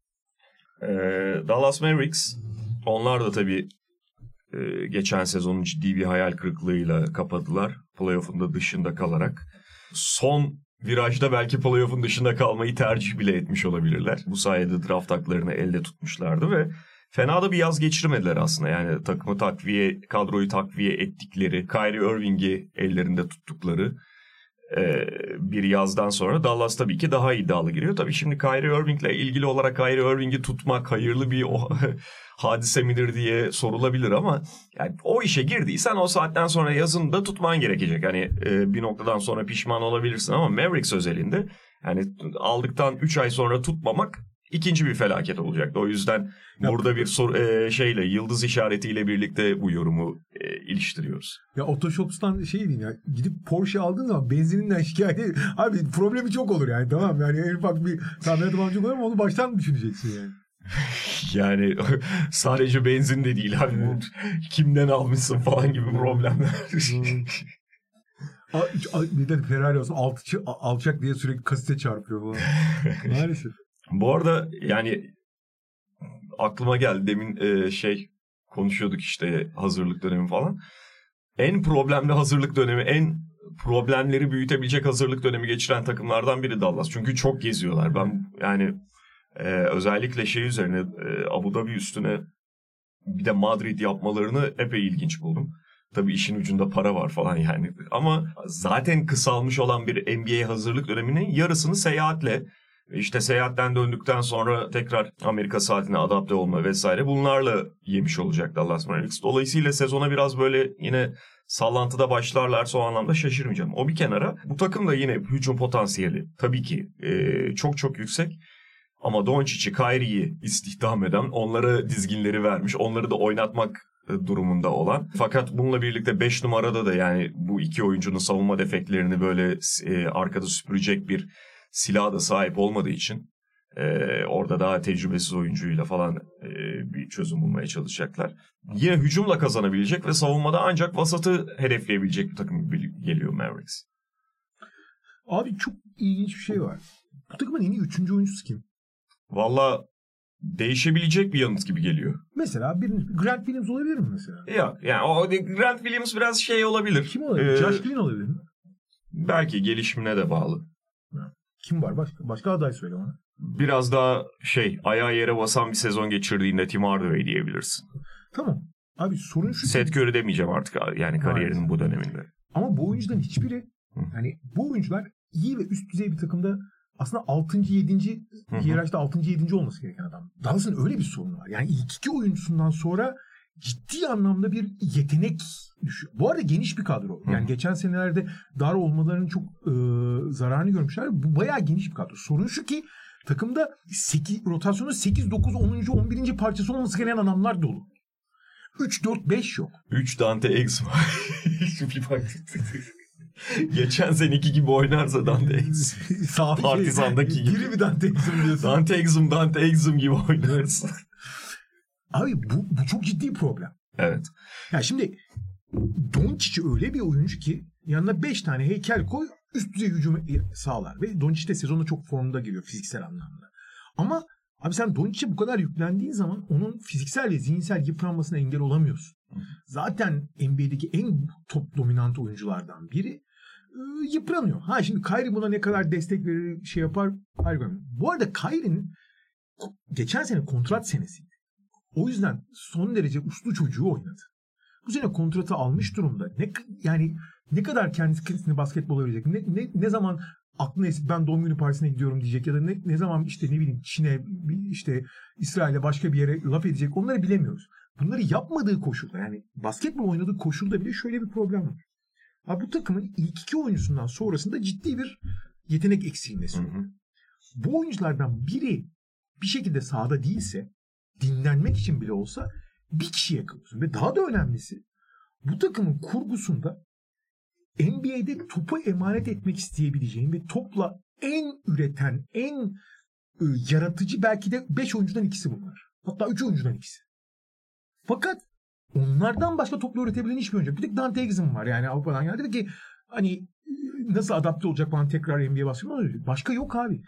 Ee, Dallas Mavericks onlar da tabii e, geçen sezonun ciddi bir hayal kırıklığıyla kapadılar. Playoff'un da dışında kalarak. Son virajda belki playoff'un dışında kalmayı tercih bile etmiş olabilirler. Bu sayede draft haklarını elde tutmuşlardı ve fena da bir yaz geçirmediler aslında. Yani takımı takviye, kadroyu takviye ettikleri, Kyrie Irving'i ellerinde tuttukları e, bir yazdan sonra Dallas tabii ki daha iddialı giriyor. Tabii şimdi Kyrie Irving'le ilgili olarak Kyrie Irving'i tutmak hayırlı bir o, hadise midir diye sorulabilir ama yani o işe girdiysen o saatten sonra yazın da tutman gerekecek. Hani e, bir noktadan sonra pişman olabilirsin ama Mavericks özelinde yani aldıktan üç ay sonra tutmamak ikinci bir felaket olacaktı. O yüzden ya, burada bir sor, e, şeyle yıldız işaretiyle birlikte bu yorumu e, iliştiriyoruz. Ya Otoshops'tan şey diyeyim ya gidip Porsche aldığın zaman benzininden şikayet edin. Abi problemi çok olur yani tamam yani en ufak bir tamirat amancı olur ama onu baştan mı düşüneceksin yani? Yani sadece benzin de değil abi. Evet. Kimden almışsın falan gibi problemler. Neden Ferrari olsun alçak, alçak diye sürekli kasete çarpıyor falan. Maalesef. Bu arada yani aklıma geldi demin e, şey konuşuyorduk işte hazırlık dönemi falan. En problemli hazırlık dönemi, en problemleri büyütebilecek hazırlık dönemi geçiren takımlardan biri Dallas. Çünkü çok geziyorlar. Ben yani e, özellikle şey üzerine e, Abu Dhabi üstüne bir de Madrid yapmalarını epey ilginç buldum. Tabii işin ucunda para var falan yani. Ama zaten kısalmış olan bir N B A hazırlık döneminin yarısını seyahatle, işte seyahatten döndükten sonra tekrar Amerika saatine adapte olma vesaire bunlarla yemiş olacak Dallas Mavericks. Dolayısıyla sezona biraz böyle yine sallantıda başlarlarsa o anlamda şaşırmayacağım. O bir kenara. Bu takım da yine hücum potansiyeli tabii ki e, çok çok yüksek. Ama Doncic'i, Kyrie'yi istihdam eden, onlara dizginleri vermiş, onları da oynatmak durumunda olan. Fakat bununla birlikte beş numarada da yani bu iki oyuncunun savunma defeklerini böyle e, arkada süpürecek bir silaha da sahip olmadığı için e, orada daha tecrübesiz oyuncuyla falan e, bir çözüm bulmaya çalışacaklar. Yine hücumla kazanabilecek ve savunmada ancak vasatı hedefleyebilecek bir takım geliyor Mavericks. Abi çok ilginç bir şey var. Bu takımın en iyi üçüncü oyuncusu kim? Valla değişebilecek bir yanıt gibi geliyor. Mesela bir Grant Williams olabilir mi mesela? Yok yani o Grant Williams biraz şey olabilir. Kim olabilir? Ee, Josh Green olabilir mi? Belki gelişimine de bağlı. Kim var? Başka, başka aday söyle bana. Biraz daha şey ayağa yere basan bir sezon geçirdiğinde Tim Hardaway diyebilirsin. Tamam. Abi sorun şu. Seth Curry demeyeceğim artık yani kariyerinin evet. bu döneminde. Ama bu oyuncuların hiçbiri Hı. yani bu oyuncular iyi ve üst düzey bir takımda aslında altıncı yedinci hiyerarşide altıncı yedinci olması gereken adam. Dallas'ın öyle bir sorunu var. Yani ilk iki oyuncusundan sonra ciddi anlamda bir yetenek düşüyor. Bu arada geniş bir kadro. Yani Hı. geçen senelerde dar olmalarının çok e, zararını görmüşler. Bu bayağı geniş bir kadro. Sorun şu ki takımda sekiz, rotasyonun sekiz, dokuz, onuncu, on birinci parçası olması gereken adamlar dolu. üç, dört, beş yok. üç Dante Eggs var. Bir bak. Geçen seneki gibi oynarsa Dante Eggs. Partizan'daki gibi. Biri mi Dante Eggs'im diyorsun? Dante Eggs'im, Dante Eggs'im gibi oynarsa. Abi bu, bu çok ciddi problem. Evet. Ya şimdi Doncic öyle bir oyuncu ki yanına beş tane heykel koy üst düzey hücum sağlar. Ve Doncic de sezonda çok formda giriyor fiziksel anlamda. Ama abi sen Doncic'e bu kadar yüklendiğin zaman onun fiziksel ve zihinsel yıpranmasına engel olamıyorsun. Zaten N B A'deki en top dominant oyunculardan biri e, yıpranıyor. Ha şimdi Kyrie buna ne kadar destek verir, şey yapar. Hayır, bu arada Kyrie'nin geçen sene kontrat senesiydi. O yüzden son derece uslu çocuğu oynadı. Bu sene kontratı almış durumda. Ne yani ne kadar kendisini basketbola verecek? Ne, ne, ne zaman aklına esip ben doğum günü partisine gidiyorum diyecek ya da ne, ne zaman işte ne bileyim Çin'e işte İsrail'e başka bir yere laf edecek onları bilemiyoruz. Bunları yapmadığı koşulda yani basketbol oynadığı koşulda bile şöyle bir problem var. Abi bu takımın ilk iki oyuncusundan sonrasında ciddi bir yetenek eksilmesi var. Bu oyunculardan biri bir şekilde sahada değilse dinlenmek için bile olsa bir kişiye kalıyorsun. Ve daha da önemlisi bu takımın kurgusunda N B A'de topu emanet etmek isteyebileceğin ve topla en üreten, en e, yaratıcı belki de beş oyuncudan ikisi bunlar. Hatta üç oyuncudan ikisi. Fakat onlardan başka topla üretebilen hiçbir oyuncu yok. Bir tek Dante Exum var yani Avrupa'dan geldi. Dedi ki hani nasıl adapte olacak falan tekrar N B A basketbolu. Başka yok abi.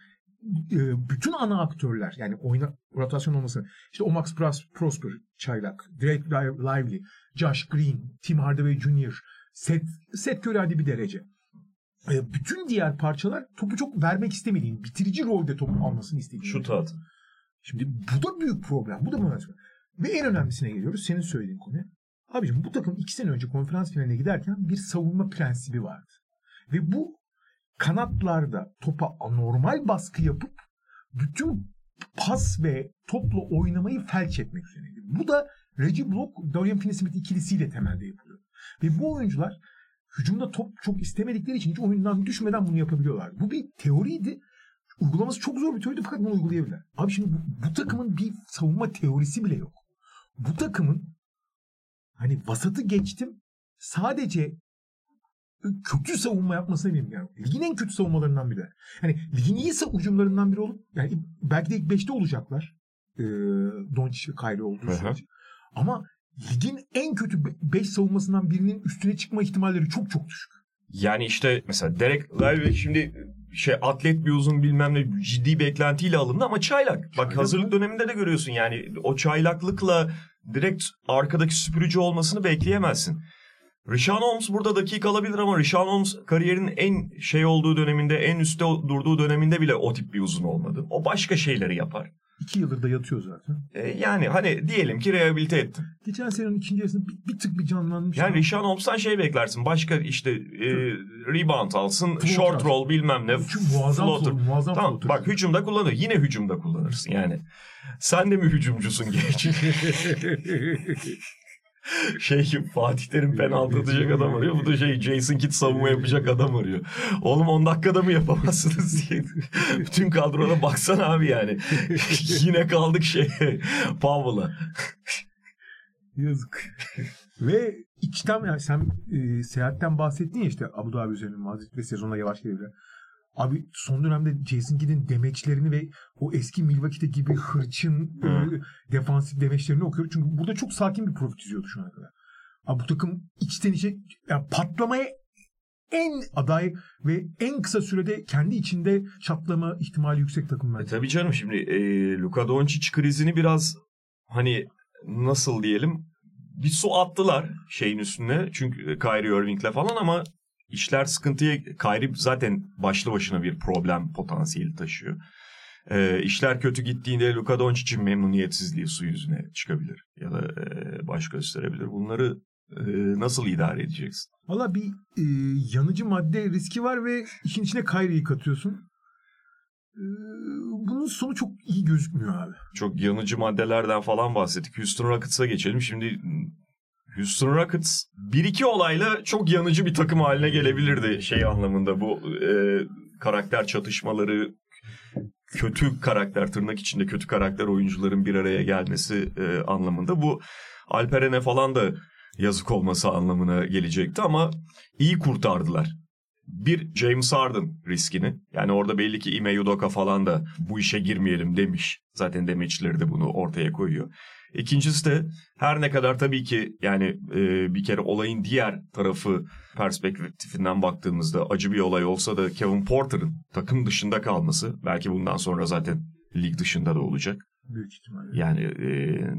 E, bütün ana aktörler yani oyuna rotasyon olması. İşte Omax Prosper, Çaylak, Drake Lively, Josh Green, Tim Hardaway Junior, Seth, Seth Curry hadi bir derece. E, bütün diğer parçalar topu çok vermek istemediğin, bitirici rolde topu almasını istediğin. Şut at. Şimdi bu da büyük problem. Bu da bu mesele. Ve en önemlisine geliyoruz. Senin söylediğin konu. Abiciğim bu takım iki sene önce konferans finaline giderken bir savunma prensibi vardı. Ve bu kanatlarda topa anormal baskı yapıp bütün pas ve topla oynamayı felç etmek üzereydi. Bu da Reggie Block, Dorian Finney-Smith ikilisiyle temelde yapılıyor. Ve bu oyuncular hücumda top çok istemedikleri için hiç oyundan düşmeden bunu yapabiliyorlar. Bu bir teoriydi. Uygulaması çok zor bir teoriydi fakat bunu uygulayabilirler. Abi şimdi bu, bu takımın bir savunma teorisi bile yok. Bu takımın hani vasatı geçtim sadece kötü savunma yapmasına eminim yani. Ligin en kötü savunmalarından biri. Yani ligin iyi hücumlarından biri olup yani belki de ilk beşte olacaklar. Ee, Doncic ve Kyrie olduğu sürece. Ama ligin en kötü beş savunmasından birinin üstüne çıkma ihtimalleri çok çok düşük. Yani işte mesela Derek Lively şimdi şey atlet bir uzun bilmem ne ciddi beklentiyle alındı ama çaylak. Bak çaylak hazırlık mı? Döneminde de görüyorsun yani o çaylaklıkla direkt arkadaki süpürücü olmasını bekleyemezsin. Richaun Holmes burada dakika alabilir ama Richaun Holmes kariyerinin en şey olduğu döneminde, en üstte durduğu döneminde bile o tip bir uzun olmadı. O başka şeyleri yapar. İki yıldır da yatıyor zaten. E yani hani diyelim ki rehabilite ettin. Geçen senenin ikinci yarısında bir, bir tık bir canlanmış. Yani Richaun Holmes'tan şey beklersin. Başka işte e, rebound alsın, floater. Short roll bilmem ne. Muazzam floater. Muazzam tamam, floater. Bak hücumda kullanır. Yine hücumda kullanırsın yani. Sen de mi hücumcusun geç? Şey Fatih Terim penaltı atacak adam arıyor. Bu da şey Jason Kidd savunma yapacak adam arıyor. Oğlum on dakikada mı yapamazsınız diye. Bütün kadroda baksana abi yani. Yine kaldık şey Powell'a. Yazık. Ve içten yani sen e, seyahatten bahsettin ya işte Abu Dhabi üzerine Madrid ve sezonda yavaş geliyor. Abi son dönemde Jason Kidd'in demeçlerini ve o eski Milwaukee'de gibi hırçın e, defansif demeçlerini okuyorum. Çünkü burada çok sakin bir profil çiziyordu şu ana kadar. Abi bu takım içten içe yani patlamaya en aday ve en kısa sürede kendi içinde çatlama ihtimali yüksek takım bence. E tabii canım, şimdi e, Luka Doncic krizini biraz hani nasıl diyelim bir su attılar şeyin üstüne. Çünkü Kyrie Irving'le falan ama işler sıkıntıya. Kyrie zaten başlı başına bir problem potansiyeli taşıyor. E, işler kötü gittiğinde Luka Doncic'in memnuniyetsizliği su yüzüne çıkabilir. Ya da e, baş gösterebilir. Bunları e, nasıl idare edeceksin? Valla bir e, yanıcı madde riski var ve işin içine Kyrie'yi katıyorsun. E, bunun sonu çok iyi gözükmüyor abi. Çok yanıcı maddelerden falan bahsettik. Houston Rockets'a geçelim. Şimdi Houston Rockets bir iki olayla çok yanıcı bir takım haline gelebilirdi şey anlamında. Bu e, karakter çatışmaları, kötü karakter, tırnak içinde kötü karakter oyuncuların bir araya gelmesi e, anlamında. Bu Alperen'e falan da yazık olması anlamına gelecekti ama iyi kurtardılar. Bir, James Harden riskini. Yani orada belli ki Ime Udoka falan da bu işe girmeyelim demiş. Zaten demeçleri de bunu ortaya koyuyor. İkincisi de her ne kadar tabii ki yani e, bir kere olayın diğer tarafı perspektifinden baktığımızda acı bir olay olsa da Kevin Porter'ın takım dışında kalması belki bundan sonra zaten lig dışında da olacak. Büyük ihtimalle. Yani e,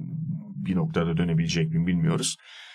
bir noktada dönebilecek mi bilmiyoruz.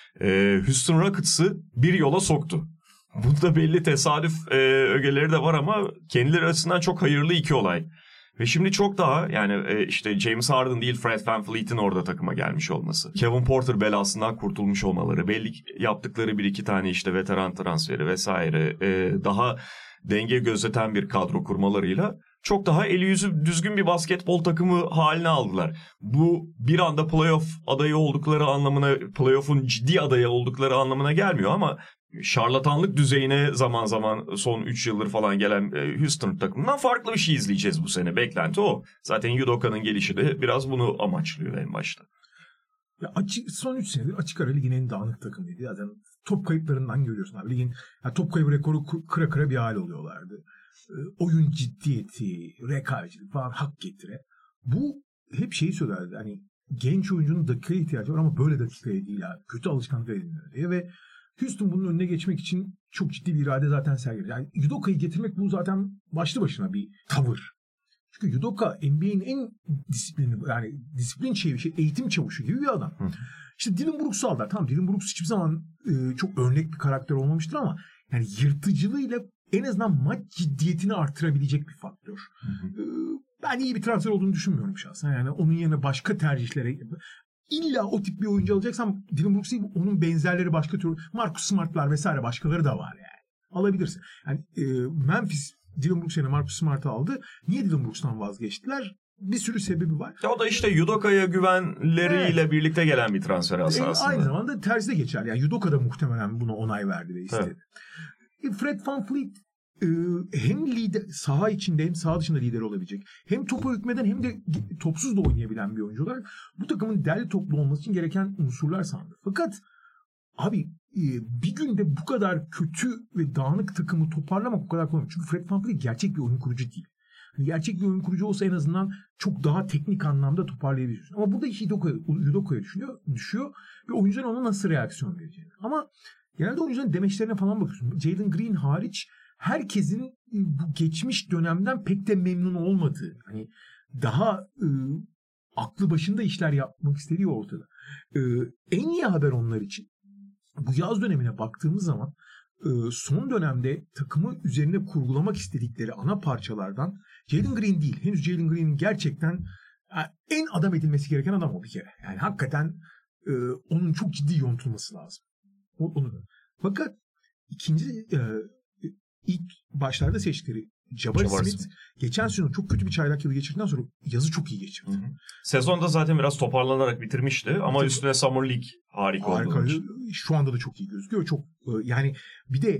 E, Houston Rockets'ı bir yola soktu. Bunda belli tesadüf e, ögeleri de var ama kendileri açısından çok hayırlı iki olay. Ve şimdi çok daha yani e, işte James Harden değil Fred VanVleet'in orada takıma gelmiş olması. Kevin Porter belasından kurtulmuş olmaları. Belli yaptıkları bir iki tane işte veteran transferi vesaire. E, daha denge gözeten bir kadro kurmalarıyla çok daha eli yüzü düzgün bir basketbol takımı haline aldılar. Bu bir anda playoff adayı oldukları anlamına, playoff'un ciddi adayı oldukları anlamına gelmiyor ama şarlatanlık düzeyine zaman zaman son üç yıldır falan gelen Houston takımından farklı bir şey izleyeceğiz bu sene. Beklenti o. Zaten Udoka'nın gelişi de biraz bunu amaçlıyor en başta. Ya açık, son üç senedir açık ara ligin en dağınık takımıydı. Zaten top kayıplarından görüyorsun abi. Ligin yani top kaybı rekoru kıra kıra bir hal oluyorlardı. E, oyun ciddiyeti, rekabetçilik falan hak getire. Bu hep şeyi söylerdi. Hani genç oyuncunun dakikaya ihtiyacı var ama böyle dakikaya değil abi. Kötü alışkanlık edinmiyor diye ve Houston bunun önüne geçmek için çok ciddi bir irade zaten sergiledi. Yani Udoka'yı getirmek bu zaten başlı başına bir tavır. Çünkü Udoka N B A'in en disiplinli yani disiplin şey, şey eğitim çavuşu gibi bir adam. Hı. İşte Dylan Brooks'u aldılar. Tamam Dylan Brooks hiçbir zaman e, çok örnek bir karakter olmamıştır ama yani yırtıcılığıyla en azından maç ciddiyetini artırabilecek bir faktör. Hı hı. E, ben iyi bir transfer olduğunu düşünmüyorum şahsen. Yani onun yerine başka tercihlere İlla o tip bir oyuncu alacaksam Dylan Brooks değil, onun benzerleri başka türlü Marcus Smart'lar vesaire başkaları da var yani. Alabilirsin. Yani e, Memphis Dylan Brooks yerine Marcus Smart'ı aldı. Niye Dylan Brooks'tan vazgeçtiler? Bir sürü sebebi var. Ya o da işte Udoka'ya güvenleriyle evet. birlikte gelen bir transfer aslında. E, aynı zamanda tersi de geçer. Yani Udoka da muhtemelen buna onay verdi ve istedi. Evet. E, Fred VanVleet e, hem lider, saha içinde hem saha dışında lider olabilecek. Hem topa hükmeden hem de topsuz da oynayabilen bir oyuncu olarak bu takımın derli toplu olması için gereken unsurlar sandı. Fakat abi e, bir günde bu kadar kötü ve dağınık takımı toparlamak o kadar kolay. Çünkü Fred VanVleet gerçek bir oyun kurucu değil. Yani gerçek bir oyun kurucu olsa en azından çok daha teknik anlamda toparlayabiliyorsun. Ama burada iş Udoka'ya düşüyor, düşüyor ve oyuncuların ona nasıl reaksiyon vereceğini. Ama genelde oyuncuların demeçlerine falan bakıyorsun. Jalen Green hariç herkesin bu geçmiş dönemden pek de memnun olmadığı, hani daha e, aklı başında işler yapmak istediği ortada. E, en iyi haber onlar için bu yaz dönemine baktığımız zaman e, son dönemde takımı üzerine kurgulamak istedikleri ana parçalardan Jalen Green değil. Henüz Jalen Green'in gerçekten yani en adam edilmesi gereken adam o bir kere. Yani hakikaten e, onun çok ciddi yontulması lazım. O, onu. Fakat ikinci e, İlk başlarda seçtikleri Jabari Smith, Smith geçen sezon çok kötü bir çaylak yılı geçirdikten sonra yazı çok iyi geçirdi. Hı hı. Sezonda zaten biraz toparlanarak bitirmişti ama çok, üstüne Summer League harika, harika oldu. Şu anda da çok iyi gözüküyor. Çok yani bir de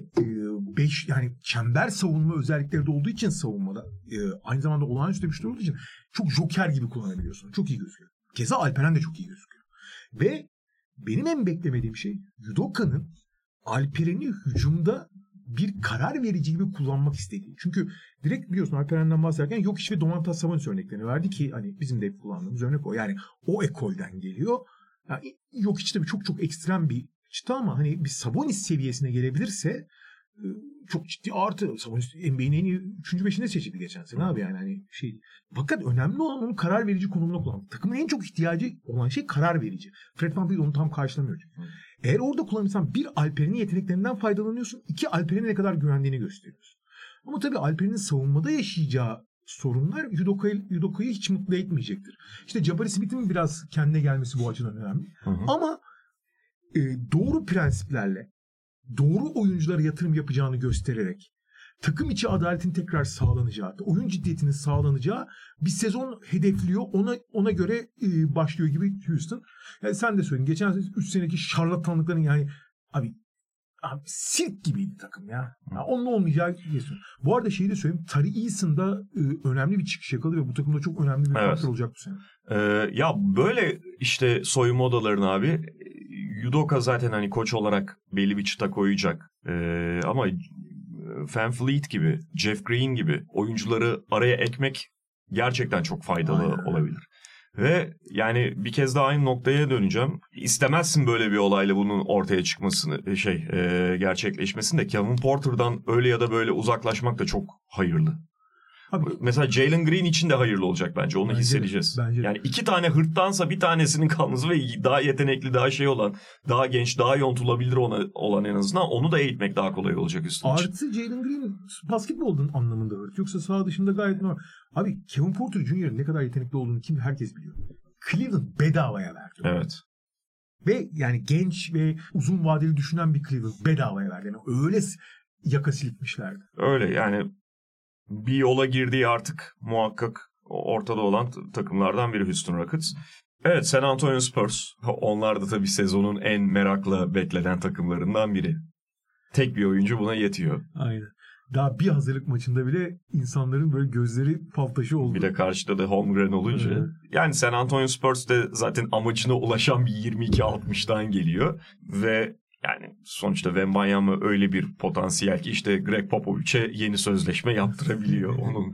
beş yani çember savunma özellikleri de olduğu için savunmada aynı zamanda olağanüstü bir şey olduğu için çok joker gibi kullanabiliyorsun. Çok iyi gözüküyor. Keza Alperen de çok iyi gözüküyor. Ve benim en beklemediğim şey Udoka'nın Alperen'i hücumda bir karar verici gibi kullanmak istediği. Çünkü direkt biliyorsun Alperen'den bahsederken Jokic ve Domantas Sabonis örneklerini verdi ki hani bizim de hep kullandığımız örnek o. Yani o ekolden geliyor. Yani Jokic tabii çok çok ekstrem bir çıta ama hani bir Sabonis seviyesine gelebilirse çok ciddi artı. N B A'nin en iyi üçüncü beşinde seçildi geçen sene abi yani hani şey. Fakat önemli olan onun karar verici konumuna kullanmak. Takımın en çok ihtiyacı olan şey karar verici. Fred VanVleet onu tam karşılamıyor. Hı. Eğer orada kullanırsan bir Alperen'in yeteneklerinden faydalanıyorsun. İki Alperen'e ne kadar güvendiğini gösteriyorsun. Ama tabii Alperen'in savunmada yaşayacağı sorunlar Udoka'yı, Udoka'yı hiç mutlu etmeyecektir. İşte Jabari Smith'in biraz kendine gelmesi bu açıdan önemli. Hı hı. Ama e, doğru prensiplerle doğru oyunculara yatırım yapacağını göstererek takım içi adaletin tekrar sağlanacağı, oyun ciddiyetinin sağlanacağı bir sezon hedefliyor. Ona ona göre e, başlıyor gibi Houston. Yani sen de söyledin. Geçen üç seneki şarlatanlıkların yani abi, abi sirk gibiydi takım ya. Yani onun olmayacağı kesin. Bu arada şeyi de söyleyeyim. Tari Eason da e, önemli bir çıkış yakaladı ve bu takımda çok önemli bir evet. faktör olacak bu sene. Ee, ya böyle işte soyunma odalarını abi Udoka zaten hani koç olarak belli bir çıta koyacak. Ee, ama VanVleet gibi, Jeff Green gibi oyuncuları araya ekmek gerçekten çok faydalı Aynen. olabilir. Ve yani bir kez daha aynı noktaya döneceğim. İstemezsin böyle bir olayla bunun ortaya çıkmasını, şey e, gerçekleşmesini de Kevin Porter'dan öyle ya da böyle uzaklaşmak da çok hayırlı. Abi, mesela Jalen Green için de hayırlı olacak bence. Onu bence hissedeceğiz. De, bence yani iki tane hırttansa bir tanesinin kalması ve daha yetenekli, daha şey olan, daha genç, daha yontulabilir ona, olan en azından onu da eğitmek daha kolay olacak üstüne. Artı Jalen Green basketbolun anlamında hırt. Yoksa saha dışında gayet normal. Abi Kevin Porter Junior'ın ne kadar yetenekli olduğunu kim herkes biliyor. Cleveland bedavaya verdi. Evet. Ve yani genç ve uzun vadeli düşünen bir Cleveland bedavaya verdi. Yani öyle yaka silipmişlerdi. Öyle yani bir yola girdiği artık muhakkak ortada olan takımlardan biri Houston Rockets. Evet, San Antonio Spurs. Onlar da tabii sezonun en merakla beklenen takımlarından biri. Tek bir oyuncu buna yetiyor. Aynen. Daha bir hazırlık maçında bile insanların böyle gözleri fal taşı oldu. Bir de karşıda da Holmgren olunca. Evet. Yani San Antonio Spurs de zaten amacına ulaşan bir yirmi iki altmıştan geliyor. Ve yani sonuçta Wembanyama öyle bir potansiyel ki işte Greg Popovich'e yeni sözleşme yaptırabiliyor. Onun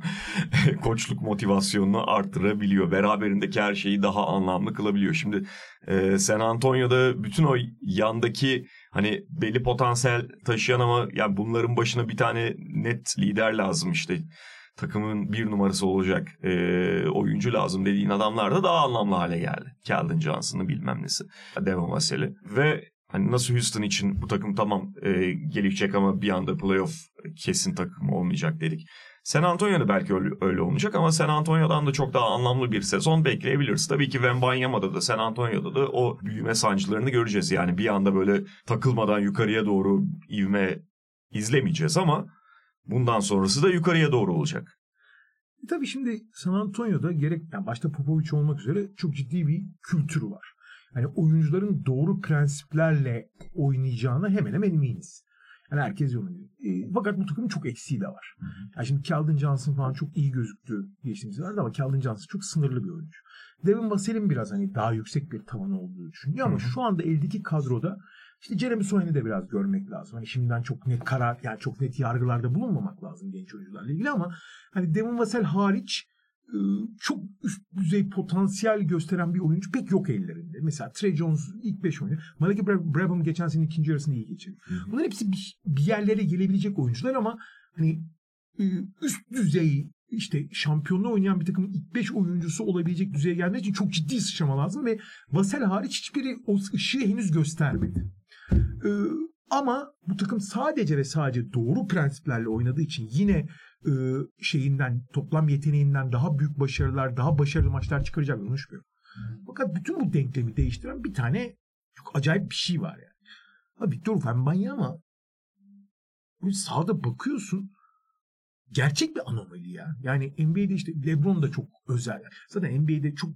koçluk motivasyonunu arttırabiliyor. Beraberindeki her şeyi daha anlamlı kılabiliyor. Şimdi e, San Antonio'da bütün o yandaki hani belli potansiyel taşıyan ama yani bunların başına bir tane net lider lazım işte. Takımın bir numarası olacak e, oyuncu lazım dediğin adamlar da daha anlamlı hale geldi. Keldon Johnson'ı bilmem nesi. Devon Vassell'i. Ve hani nasıl Houston için bu takım tamam e, gelişecek ama bir anda playoff kesin takım olmayacak dedik. San Antonio'da belki öyle, öyle olmayacak ama San Antonio'dan da çok daha anlamlı bir sezon bekleyebiliriz. Tabii ki Wembanyama'da da San Antonio'da da o büyüme sancılarını göreceğiz. Yani bir anda böyle takılmadan yukarıya doğru ivme izlemeyeceğiz ama bundan sonrası da yukarıya doğru olacak. E tabii şimdi San Antonio'da gerek yani başta Popovic olmak üzere çok ciddi bir kültürü var. Yani oyuncuların doğru prensiplerle oynayacağına hemen hemen eminiz. Yani herkes oynuyor. E, fakat bu takımın çok eksiği de var. Hı hı. Yani şimdi Keldon Johnson falan çok iyi gözüktü geçtiğimiz yıllarda ama Keldon Johnson çok sınırlı bir oyuncu. Devin Vassell'in biraz hani daha yüksek bir tavanı olduğu düşünüyor ama hı hı. şu anda eldeki kadroda işte Jeremy Sohan'ı da biraz görmek lazım. Hani şimdiden çok net karar yani çok net yargılarda bulunmamak lazım genç oyuncularla ilgili ama hani Devin Vassell hariç çok üst düzey potansiyel gösteren bir oyuncu pek yok ellerinde. Mesela Trey Jones ilk beş oynuyor. Malaki Brabham geçen sene ikinci yarısını iyi geçirdi. Bunlar hepsi bir, bir yerlere gelebilecek oyuncular ama hani üst düzey işte şampiyonluğu oynayan bir takımın ilk beş oyuncusu olabilecek düzeye gelmek için çok ciddi sıçrama lazım ve Vassell hariç hiçbiri o ışığı henüz göstermedi. Ee, ama bu takım sadece ve sadece doğru prensiplerle oynadığı için yine e, şeyinden, toplam yeteneğinden daha büyük başarılar, daha başarılı maçlar çıkaracak konuşmuyorum. Hmm. Fakat bütün bu denklemi değiştiren bir tane çok acayip bir şey var yani. Ha, Victor Wembanyama sahada bakıyorsun gerçek bir anomali ya. Yani N B A'de işte LeBron da çok özel. Zaten N B A'de çok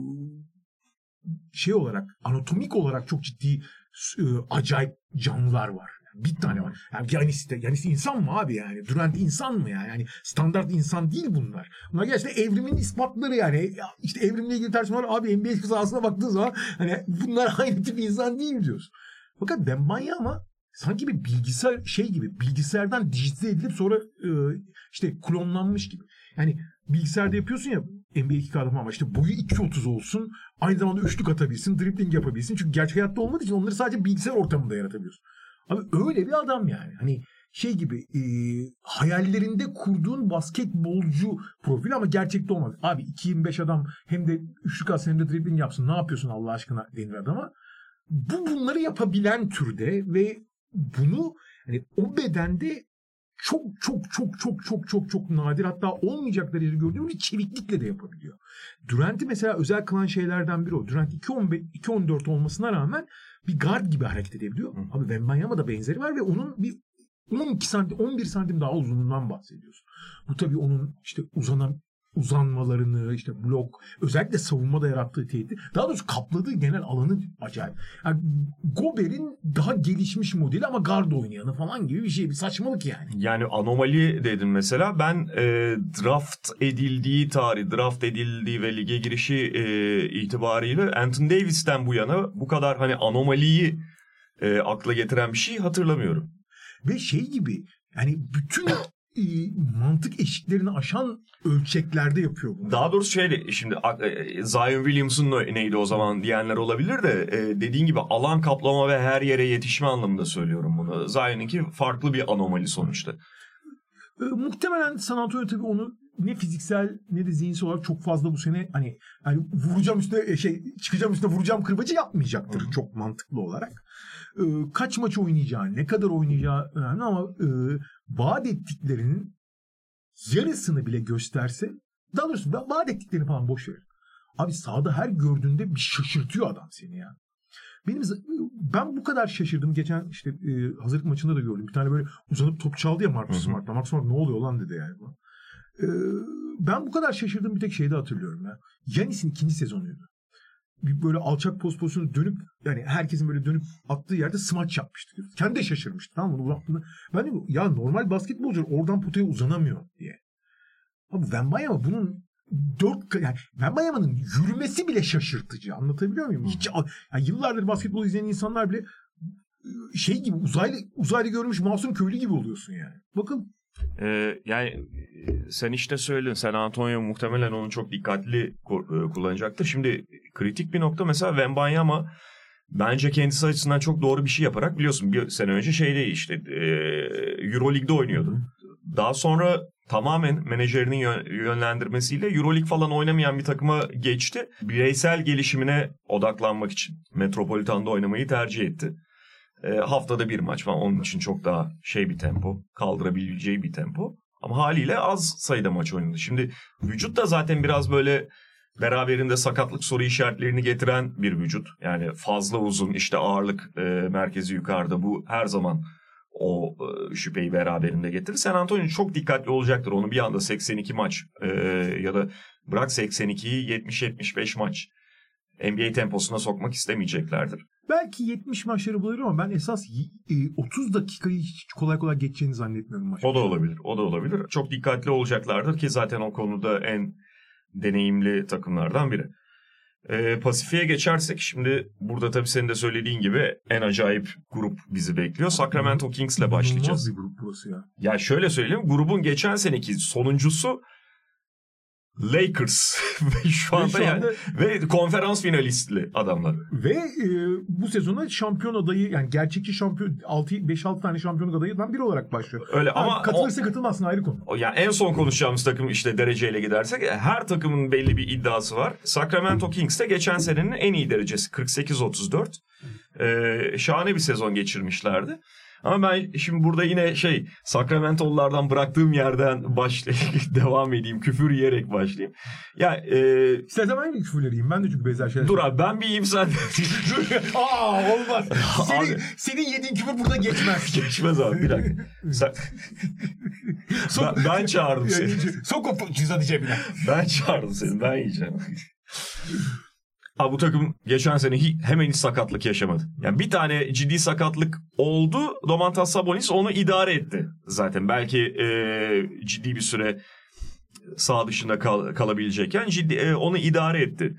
şey olarak, anatomik olarak çok ciddi acayip canlılar var. Yani bir tane var. Yani Giannis de, Giannis insan mı abi yani? Durant insan mı ya? Yani standart insan değil bunlar. Bunlar gerçekten evrimin ispatları yani. İşte evrimle ilgili tartışmalar abi N B A sahasına baktığın zaman hani bunlar aynı tip insan değil diyorsun. Fakat Wembanyama sanki bir bilgisayar şey gibi bilgisayardan dijitalize edilip sonra e, işte klonlanmış gibi. Yani bilgisayarda yapıyorsun ya N B A iki K'da ama işte boyu iki otuz olsun. Aynı zamanda üçlük atabilsin, dribbling yapabilsin. Çünkü gerçek hayatta olmadığı için onları sadece bilgisayar ortamında yaratabiliyorsun. Abi öyle bir adam yani. Hani şey gibi e, hayallerinde kurduğun basketbolcu profili ama gerçekte olmaz. Abi iki yirmi beş adam hem de üçlük atsın hem de dribbling yapsın. Ne yapıyorsun Allah aşkına denir adama. Bu bunları yapabilen türde ve bunu hani o bedende çok çok çok çok çok çok çok nadir, hatta olmayacak derecede gördüğüm bir çeviklikle de yapabiliyor. Durant'i mesela özel kılan şeylerden biri o. Durant iki on dört olmasına rağmen bir guard gibi hareket edebiliyor. Hı. Abi Wembanyama'da benzeri var ve onun bir on iki santim on bir santim daha uzunluğundan bahsediyorsun. Bu tabii onun işte uzanan uzanmalarını, işte blok, özellikle savunmada yarattığı tehdidi, daha doğrusu kapladığı genel alanı acayip. Yani Gobert'in daha gelişmiş modeli ama guard oynayanı falan gibi bir şey. Bir saçmalık yani. Yani anomali dedin mesela. Ben e, draft edildiği tarih, draft edildiği ve lige girişi e, itibariyle Anthony Davis'ten bu yana bu kadar hani anomaliyi e, akla getiren bir şey hatırlamıyorum. Ve şey gibi yani bütün e, mantık eşiklerini aşan ölçeklerde yapıyor bunu. Daha doğrusu şeydi şimdi e, Zion Williamson neydi o zaman diyenler olabilir de e, dediğin gibi alan kaplama ve her yere yetişme anlamında söylüyorum bunu. Zion'unki farklı bir anomali sonuçta. E, muhtemelen San Antonio tabii onu ne fiziksel ne de zihinsel olarak çok fazla bu sene hani, hani vuracağım üstüne şey çıkacağım üstüne vuracağım kırbacı yapmayacaktır. Hı-hı. Çok mantıklı olarak. E, kaç maç oynayacağı, ne kadar oynayacağı önemli ama e, vaat ettiklerinin yarısını bile gösterse, daha doğrusu vaat ettiklerini falan boş verir. Abi sahada her gördüğünde bir şaşırtıyor adam seni ya. Benim ben bu kadar şaşırdım. Geçen işte e, hazırlık maçında da gördüm. Bir tane böyle uzanıp top çaldı ya Marcus Smart'la. Marcus Smart ne oluyor lan dedi yani. E, ben bu kadar şaşırdığım bir tek şeyde hatırlıyorum ya. Giannis'in ikinci sezonuydu. Bir böyle alçak post pozisyonu dönüp yani herkesin böyle dönüp attığı yerde smaç yapmıştı. Kendi de şaşırmıştı. Tamam mı? Ben de ya normal basketbolcular oradan potaya uzanamıyor diye. Abi Wembanyama bunun dört yani Wembanyama'nın yürümesi bile şaşırtıcı. Anlatabiliyor muyum? Hiç yani yıllardır basketbol izleyen insanlar bile şey gibi uzaylı uzaylı görmüş masum köylü gibi oluyorsun yani. Bakın Ee, yani sen işte söyledin. San Antonio muhtemelen onu çok dikkatli kullanacaktır. Şimdi kritik bir nokta mesela Wembanyama bence kendisi açısından çok doğru bir şey yaparak biliyorsun bir sene önce şeyde işte e, Euroleague'de oynuyordu. Daha sonra tamamen menajerinin yönlendirmesiyle Euroleague falan oynamayan bir takıma geçti. Bireysel gelişimine odaklanmak için Metropolitan'da oynamayı tercih etti. E, haftada bir maç falan onun için çok daha şey bir tempo, kaldırabileceği bir tempo. Ama haliyle az sayıda maç oynadı. Şimdi vücut da zaten biraz böyle beraberinde sakatlık soru işaretlerini getiren bir vücut. Yani fazla uzun, işte ağırlık e, merkezi yukarıda, bu her zaman o e, şüpheyi beraberinde getirir. San Antonio çok dikkatli olacaktır. Onu bir anda seksen iki maç e, ya da bırak seksen ikiyi yetmiş yetmiş beş maç N B A temposuna sokmak istemeyeceklerdir. Belki yetmiş maçları bulur ama ben esas otuz dakikayı hiç kolay kolay geçeceğini zannetmiyorum maç. O da olabilir. O da olabilir. Çok dikkatli olacaklardır ki zaten o konuda en deneyimli takımlardan biri. Ee, Pasifik'e geçersek şimdi burada tabii senin de söylediğin gibi en acayip grup bizi bekliyor. Sacramento Kings'le başlayacağız. İnanılmaz bir grup burası ya. Ya şöyle söyleyeyim, grubun geçen seneki sonuncusu Lakers ve şu anda, şu anda yani ve konferans finalistli adamlar. Ve e, bu sezona şampiyon adayı yani gerçekçi şampiyon altı beş altı tane şampiyonluk adayından biri olarak başlıyor. Öyle yani ama katılırsa katılmazsın ayrı konu. O, yani en son konuşacağımız takım işte dereceyle gidersek her takımın belli bir iddiası var. Sacramento Kings de geçen senenin en iyi derecesi kırk sekiz otuz dört. Ee, şahane bir sezon geçirmişlerdi. Ama ben şimdi burada yine şey Sacramento'lulardan bıraktığım yerden başlayayım, devam edeyim, küfür yiyerek başlayayım. Ya e, İstersen ben de küfürleri yiyeyim. Ben de çünkü benzer şeyler. Dur abi ben bir yiyeyim sen. Aa olmaz. Senin, senin yediğin küfür burada geçmez. Geçmez abi bir dakika. Sen... ben, ben çağırdım seni. Sok o cüzdanı cebine. Ben çağırdım seni, ben yiyeceğim. Abi bu takım geçen sene hi, hemen hiç sakatlık yaşamadı. Yani bir tane ciddi sakatlık oldu. Domantas Sabonis onu idare etti zaten. Belki e, ciddi bir süre sağ dışında kal, kalabilecekken ciddi, e, onu idare etti.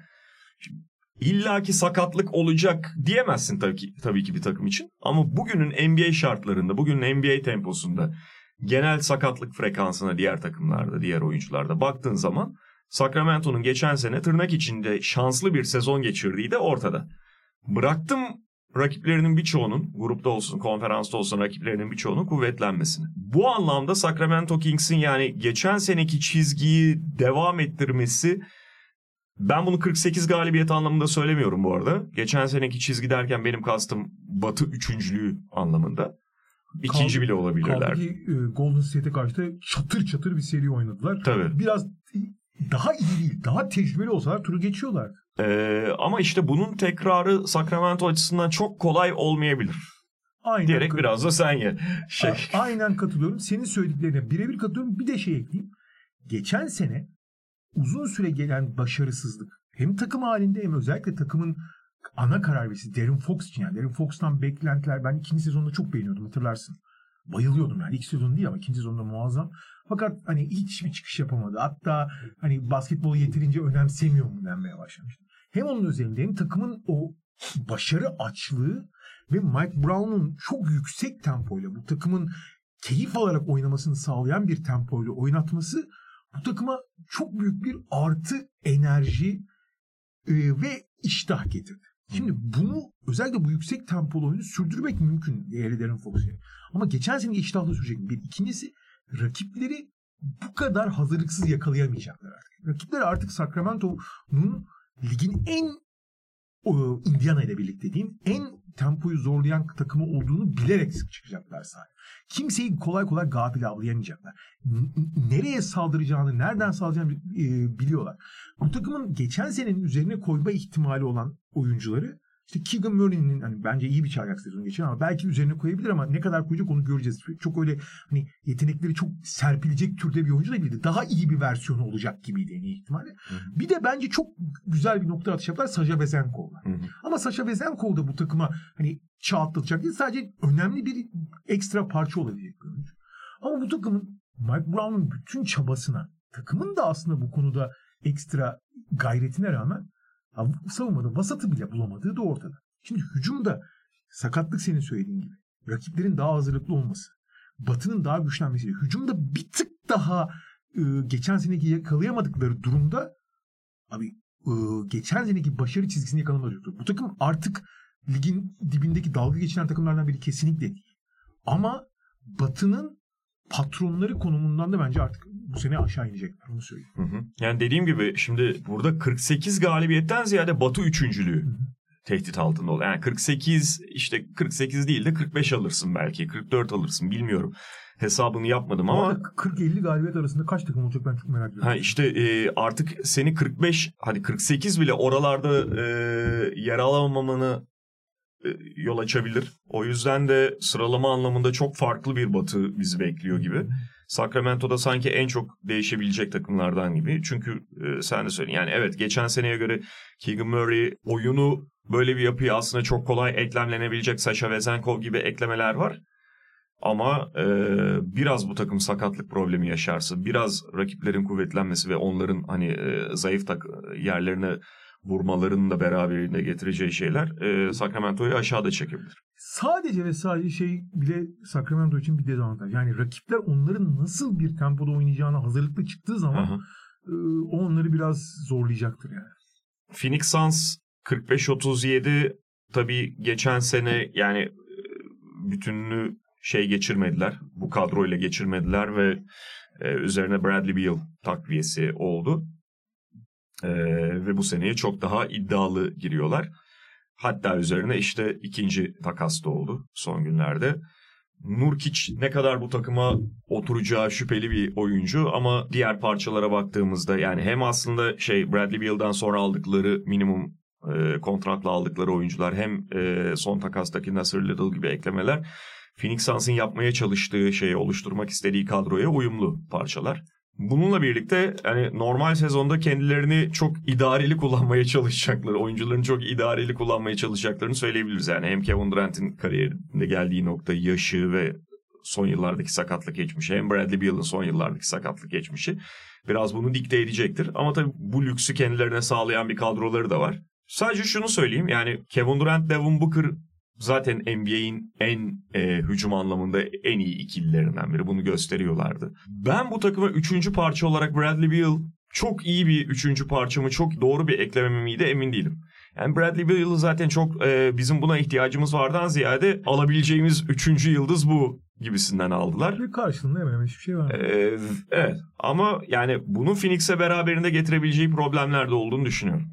İlla ki sakatlık olacak diyemezsin tabii ki, tabii ki bir takım için. Ama bugünün N B A şartlarında, bugünün N B A temposunda genel sakatlık frekansına diğer takımlarda, diğer oyuncularda baktığın zaman Sacramento'nun geçen sene tırnak içinde şanslı bir sezon geçirdiği de ortada. Bıraktım rakiplerinin birçoğunun, grupta olsun, konferansta olsun rakiplerinin birçoğunun kuvvetlenmesini. Bu anlamda Sacramento Kings'in yani geçen seneki çizgiyi devam ettirmesi, ben bunu kırk sekiz galibiyet anlamında söylemiyorum bu arada. Geçen seneki çizgi derken benim kastım Batı üçüncülüğü anlamında. İkinci Kaldı, bile olabilirler. Kaldı ki e, Golden State'e karşı da çatır çatır bir seri oynadılar. Tabii. Biraz daha iyi değil, daha tecrübeli olsalar turu geçiyorlar. Ee, ama işte bunun tekrarı Sacramento açısından çok kolay olmayabilir. Aynen Diyerek biraz da sen ye. Şey. A- aynen katılıyorum. Senin söylediklerine birebir katılıyorum. Bir de şey ekleyeyim. Geçen sene uzun süre gelen başarısızlık hem takım halinde hem özellikle takımın ana karar vericisi De'Aaron Fox için, yani De'Aaron Fox'tan beklentiler, ben ikinci sezonda çok beğeniyordum, hatırlarsın. Bayılıyordum yani. İlk sezon değil ama ikinci sezonda muazzam. Fakat hani hiç bir çıkış yapamadı. Hatta hani basketbolu yeterince önemsemiyor mu denmeye başlamıştı. Hem onun üzerinde hem takımın o başarı açlığı ve Mike Brown'un çok yüksek tempoyla bu takımın keyif alarak oynamasını sağlayan bir tempoyla oynatması bu takıma çok büyük bir artı enerji e, ve iştah getirdi. Şimdi bunu özellikle bu yüksek tempolu oyunu sürdürmek mümkün De'Aaron Fox'a. Ama geçen sene iştahla sürecek. Bir ikincisi, rakipleri bu kadar hazırlıksız yakalayamayacaklar artık. Rakipler artık Sacramento'nun ligin en o, Indiana ile birlikte diyeyim en tempoyu zorlayan takımı olduğunu bilerek çıkacaklar sahaya. Kimseyi kolay kolay gafil avlayamayacaklar. N- nereye saldıracağını, nereden saldıracağını e, biliyorlar. Bu takımın geçen senenin üzerine koyma ihtimali olan oyuncuları, işte Keegan Murray'nin hani bence iyi bir çaylak sezonu geçiren ama belki üzerine koyabilir ama ne kadar koyacak onu göreceğiz. Çok öyle hani yetenekleri çok serpilecek türde bir oyuncu da değildi. Daha iyi bir versiyonu olacak gibiydi en iyi ihtimalle. Hı hı. Bir de bence çok güzel bir nokta atış yaptılar Sasha Vezenkov'la. Ama Sasha Vezenkov da bu takıma hani çağ atlatacak değil, sadece önemli bir ekstra parça olabilecek bir oyuncu. Ama bu takımın Mike Brown'un bütün çabasına, takımın da aslında bu konuda ekstra gayretine rağmen savunmada vasatı bile bulamadığı da ortada. Şimdi hücumda sakatlık, senin söylediğin gibi. Rakiplerin daha hazırlıklı olması, Batı'nın daha güçlenmesiyle hücumda bir tık daha e, geçen seneki yakalayamadıkları durumda abi e, geçen seneki başarı çizgisini yakalamadığı. Bu takım artık ligin dibindeki dalga geçiren takımlardan biri kesinlikle değil. Ama Batı'nın patronları konumundan da bence artık bu sene aşağı inecekler. Onu söyleyeyim. Hı hı. Yani dediğim gibi şimdi burada kırk sekiz galibiyetten ziyade Batı üçüncülüğü hı hı. tehdit altında oluyor. Yani kırk sekiz işte kırk sekiz değil de kırk beş alırsın belki. kırk dört alırsın bilmiyorum. Hesabını yapmadım ama kırk elli galibiyet arasında kaç takım olacak ben çok merak ediyorum. Ha işte e, artık seni kırk beş hadi kırk sekiz bile oralarda e, yer alamamanı e, yol açabilir. O yüzden de sıralama anlamında çok farklı bir Batı bizi bekliyor gibi. Sacramento'da sanki en çok değişebilecek takımlardan gibi. Çünkü e, sen de söyledin. Yani evet, geçen seneye göre Keegan Murray oyunu böyle bir yapıya aslında çok kolay eklemlenebilecek Sasha Vezenkov gibi eklemeler var. Ama e, biraz bu takım sakatlık problemi yaşarsa, biraz rakiplerin kuvvetlenmesi ve onların hani e, zayıf tak yerlerine vurmalarının da beraberinde getireceği şeyler e, Sacramento'yu aşağıda çekebilir. Sadece ve sadece şey bile Sacramento için bir dezavantaj. Yani rakipler onların nasıl bir tempoda oynayacağına hazırlıklı çıktığı zaman e, onları biraz zorlayacaktır yani. Phoenix Suns kırk beş otuz yedi tabii geçen sene yani bütününü şey geçirmediler. Bu kadroyla geçirmediler ve e, üzerine Bradley Beal takviyesi oldu. E, ve bu seneye çok daha iddialı giriyorlar. Hatta üzerine işte ikinci takas da oldu son günlerde. Nurkic ne kadar bu takıma oturacağı şüpheli bir oyuncu ama diğer parçalara baktığımızda yani hem aslında şey Bradley Beal'dan sonra aldıkları minimum e, kontratla aldıkları oyuncular hem e, son takastaki Nasir Little gibi eklemeler Phoenix Suns'ın yapmaya çalıştığı şeyi oluşturmak istediği kadroya uyumlu parçalar. Bununla birlikte yani normal sezonda kendilerini çok idareli kullanmaya çalışacakları, oyuncuların çok idareli kullanmaya çalışacaklarını söyleyebiliriz. Yani hem Kevin Durant'in kariyerinde geldiği nokta, yaşı ve son yıllardaki sakatlık geçmişi, hem Bradley Beal'ın son yıllardaki sakatlık geçmişi biraz bunu dikte edecektir. Ama tabii bu lüksü kendilerine sağlayan bir kadroları da var. Sadece şunu söyleyeyim, yani Kevin Durant, Devin Booker zaten N B A'in en e, hücum anlamında en iyi ikililerinden biri. Bunu gösteriyorlardı. Ben bu takıma üçüncü parça olarak Bradley Beal çok iyi bir üçüncü parça mı, çok doğru bir eklememi miydi emin değilim. Yani Bradley Beal'ı zaten çok e, bizim buna ihtiyacımız vardan ziyade alabileceğimiz üçüncü yıldız bu gibisinden aldılar. Bir karşılığında hemen hemen hiçbir şey var mı? Ee, evet ama yani bunun Phoenix'e beraberinde getirebileceği problemler de olduğunu düşünüyorum.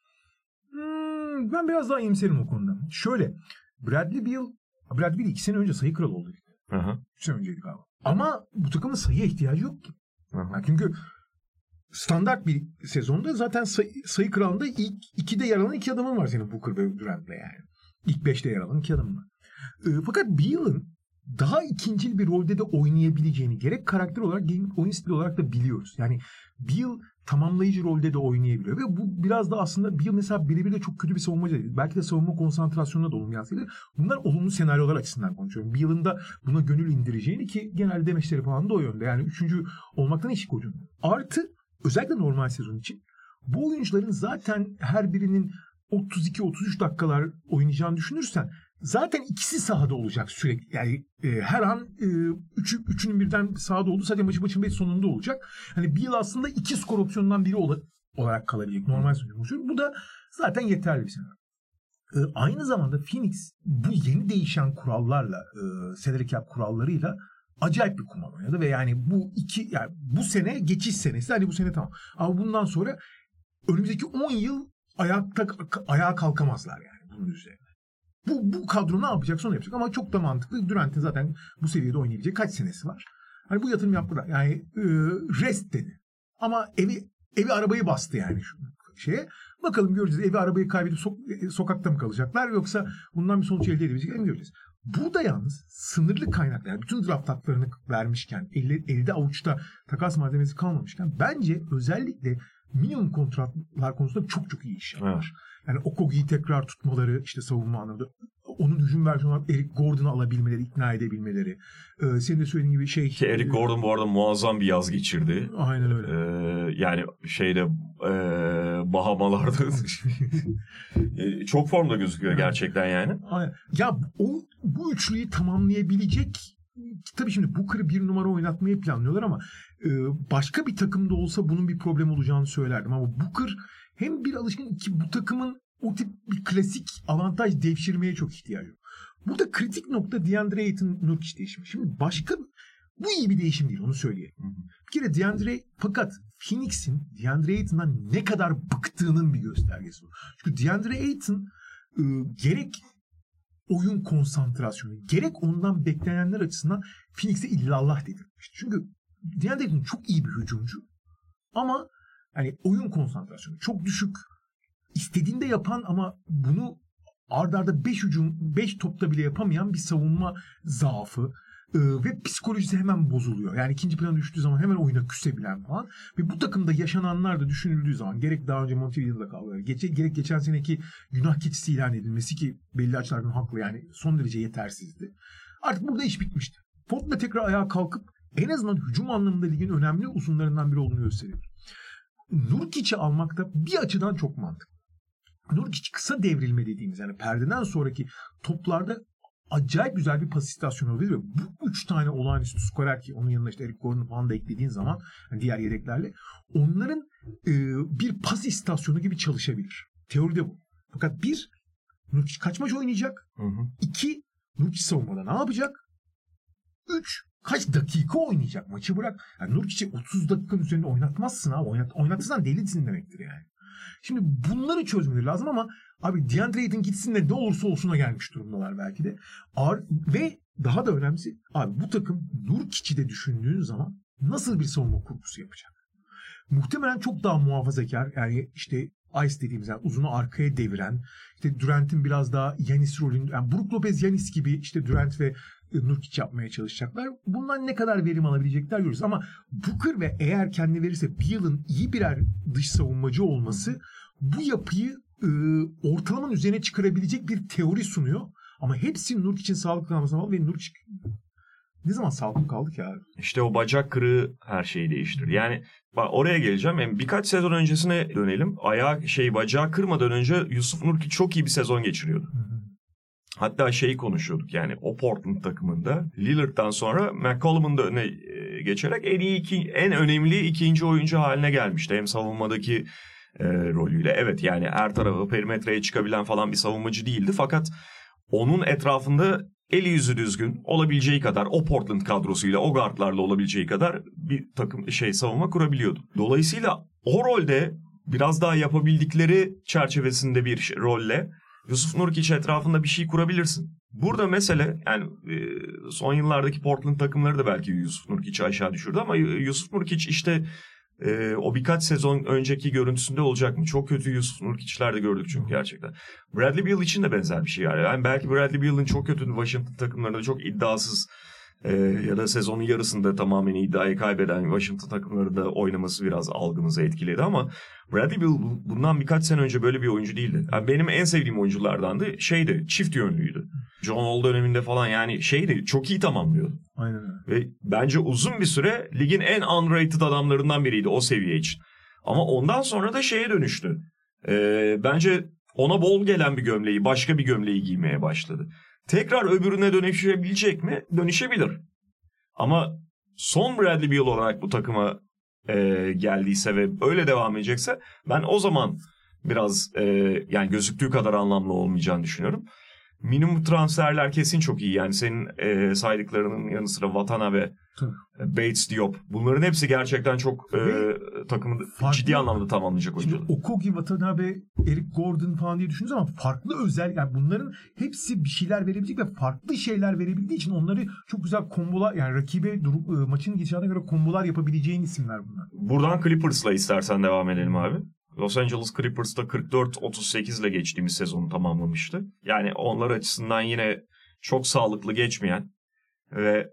Hmm, ben biraz daha iyimserim o konuda. Şöyle, Bradley Beal, Bradley Beal iki sene önce sayı kralı oldu. Hı hı. Üç sene önceydi galiba. Ama bu takımın sayıya ihtiyacı yok ki. Hı hı. Yani çünkü standart bir sezonda zaten sayı, sayı kralında ilk ikide yer alan iki adamın var senin Booker ve Durant'le yani. İlk beşte yer alan iki adamın var. E, fakat Beal'ın daha ikincil bir rolde de oynayabileceğini gerek karakter olarak gerek oyun stili olarak da biliyoruz. Yani Beal tamamlayıcı rolde de oynayabiliyor ve bu biraz da aslında Beal mesela birebir de çok kötü bir savunmacı değil. Belki de savunma konsantrasyonuna da olumlu yansıyabilir. Bunlar olumlu senaryolar açısından konuşuyorum. Beal'ın da buna gönül indireceğini ki genelde demeçleri falan da o yönde. Yani üçüncü olmaktan eşik oyuncu. Artı özellikle normal sezon için bu oyuncuların zaten her birinin otuz iki otuz üç dakikalar oynayacağını düşünürsen zaten ikisi sahada olacak sürekli. Yani e, her an e, üçü, üçünün birden sahada olduğu sadece maçı maçın beş sonunda olacak. Hani Beal aslında iki skor opsiyonundan biri ol- olarak kalabilecek. Normal sezon. Bu da zaten yeterli bir senaryo. E, aynı zamanda Phoenix bu yeni değişen kurallarla, e, salary cap kurallarıyla acayip bir kumar oynadı ve yani bu iki yani bu sene geçiş senesi. Hani bu sene tamam. Ama bundan sonra önümüzdeki on yıl ayakta ayağa kalkamazlar yani bunun üzerine. Bu, bu kadro ne yapacaksa onu yapacak ama çok da mantıklı. Durant'in zaten bu seviyede oynayabilecek kaç senesi var? Hani bu yatırım yaptılar. Yani e, rest dedi. Ama evi evi arabayı bastı yani şu şeye. Bakalım göreceğiz. Evi arabayı kaybedip so- sokakta mı kalacaklar yoksa bundan bir sonuç elde edebilecekler mi göreceğiz. Burada yalnız sınırlı kaynaklar, yani bütün draft haklarını vermişken, elde, elde avuçta takas malzemesi kalmamışken bence özellikle minimum kontratlar konusunda çok çok iyi iş yaptılar. Evet. Yani Okogi'yi tekrar tutmaları, işte savunma anlamında, onun hücum versiyonu olarak Eric Gordon'u alabilmeleri, ikna edebilmeleri. Ee, senin de söylediğin gibi şey... Ki Eric Gordon bu arada muazzam bir yaz geçirdi. Aynen öyle. Ee, yani şeyde e, Bahamalarda çok formda gözüküyor gerçekten yani. Aynen. Ya o bu üçlüyü tamamlayabilecek, tabii şimdi Booker'ı bir numara oynatmayı planlıyorlar ama e, başka bir takımda olsa bunun bir problem olacağını söylerdim. Ama Booker hem bir alışkın ki bu takımın o tip bir klasik avantaj devşirmeye çok ihtiyacı yok. Burada kritik nokta DeAndre Ayton Nurkic değişimi. Şimdi başka bu iyi bir değişim değil, onu söyleyelim. Hı hı. Bir kere DeAndre fakat Phoenix'in DeAndre Ayton'dan ne kadar bıktığının bir göstergesi bu. Çünkü DeAndre Ayton e, gerek oyun konsantrasyonu, gerek ondan beklenenler açısından Phoenix'e illallah dedirtmişti. Çünkü DeAndre Ayton çok iyi bir hücumcu ama yani oyun konsantrasyonu çok düşük. İstediğinde yapan ama bunu arda arda beş hücum, beş topta bile yapamayan bir savunma zaafı ee, ve psikolojisi hemen bozuluyor. Yani ikinci plana düştüğü zaman hemen oyuna küsebilen falan. Ve bu takımda yaşananlar da düşünüldüğü zaman gerek daha önce Montevideo'da kavgaları, geçe, gerek geçen seneki günah keçisi ilan edilmesi ki belli açılardan haklı yani son derece yetersizdi. Artık burada iş bitmişti. Portland tekrar ayağa kalkıp en azından hücum anlamında ligin önemli uzunlarından biri olduğunu gösteriyor. Nurkic'i almak da bir açıdan çok mantıklı. Nurkic kısa devrilme dediğimiz yani perdeden sonraki toplarda acayip güzel bir pas istasyonu oluyor. Bu üç tane olağanüstü skorer ki onun yanına işte Eric Gordon'u falan da eklediğin zaman yani diğer yedeklerle onların e, bir pas istasyonu gibi çalışabilir. Teoride bu. Fakat bir, Nurkic kaç maç oynayacak? Hı hı. İki, Nurkic savunmada ne yapacak? Üç, kaç dakika oynayacak? Maçı bırak. Yani Nurkic'i otuz dakikanın üzerinde oynatmazsın abi. Oynat, oynatırsan delisin demektir yani. Şimdi bunları çözmeleri lazım ama abi DeAndre Ayton gitsin de ne olursa olsuna gelmiş durumdalar belki de. Ar- ve daha da önemlisi abi bu takım Nurkic'i de düşündüğün zaman nasıl bir savunma kurgusu yapacak? Muhtemelen çok daha muhafazakar yani işte Ice dediğimiz yani uzunu arkaya deviren işte Durant'in biraz daha Giannis rolünde yani Brook Lopez Giannis gibi işte Durant ve Nurkic yapmaya çalışacaklar. Bundan ne kadar verim alabilecekler görürüz. Ama Booker ve eğer kendi verirse Beal'ın iyi birer dış savunmacı olması bu yapıyı e, ortalamanın üzerine çıkarabilecek bir teori sunuyor. Ama hepsi Nurkic'in sağlıklı kalmasına bağlı ve Nurkic ne zaman sağlıklı kaldı ki abi? İşte o bacak kırığı her şeyi değiştirdi. Yani bak oraya geleceğim. Yani birkaç sezon öncesine dönelim. Ayağı şey bacağı kırmadan önce Yusuf Nurkic çok iyi bir sezon geçiriyordu. Hı hı. Hatta şeyi konuşuyorduk yani o Portland takımında Lillard'dan sonra McCollum'un da öne geçerek en iyi iki, en önemli ikinci oyuncu haline gelmişti. Hem savunmadaki e, rolüyle. Evet yani her tarafı perimetreye çıkabilen falan bir savunmacı değildi. Fakat onun etrafında eli yüzü düzgün olabileceği kadar o Portland kadrosuyla o guardlarla olabileceği kadar bir takım şey savunma kurabiliyordu. Dolayısıyla o rolde biraz daha yapabildikleri çerçevesinde bir rolle Jusuf Nurkic etrafında bir şey kurabilirsin. Burada mesele yani son yıllardaki Portland takımları da belki Jusuf Nurkic'i aşağı düşürdü ama Jusuf Nurkic işte e, o birkaç sezon önceki görüntüsünde olacak mı? Çok kötü Jusuf Nurkic'ler de gördük çünkü gerçekten. Bradley Beal için de benzer bir şey var. Yani belki Bradley Beal'ın çok kötü Washington takımlarında çok iddiasız e, ya da sezonun yarısında tamamen iddiayı kaybeden Washington takımlarında oynaması biraz algımızı etkiledi ama Bradley Beal bundan birkaç sene önce böyle bir oyuncu değildi. Yani benim en sevdiğim oyunculardandı. Şeydi, çift yönlüydü. John Wall döneminde falan yani şeydi, çok iyi tamamlıyordu. Aynen öyle. Ve bence uzun bir süre ligin en underrated adamlarından biriydi o seviye için. Ama ondan sonra da şeye dönüştü. Ee, bence ona bol gelen bir gömleği, başka bir gömleği giymeye başladı. Tekrar öbürüne dönüşebilecek mi? Dönüşebilir. Ama son Bradley Beal olarak bu takıma e, geldiyse ve öyle devam edecekse ben o zaman biraz e, yani gözüktüğü kadar anlamlı olmayacağını düşünüyorum. Minimum transferler kesin çok iyi. Yani senin e, saydıklarının yanı sıra Watanabe, Bates, Diop. Bunların hepsi gerçekten çok e, takımı farklı, ciddi anlamda tamamlayacak oyuncular. Şimdi Okogie, Watanabe, Eric Gordon falan diye düşündüğünüz zaman farklı özel yani bunların hepsi bir şeyler verebilecek ve farklı şeyler verebildiği için onları çok güzel kombolar yani rakibe durup e, maçın gidişatına göre kombolar yapabileceğin isimler bunlar. Buradan Clippers'la istersen devam edelim abi. Los Angeles Clippers'ta kırk dört otuz sekiz ile geçtiğimiz sezonu tamamlamıştı. Yani onlar açısından yine çok sağlıklı geçmeyen ve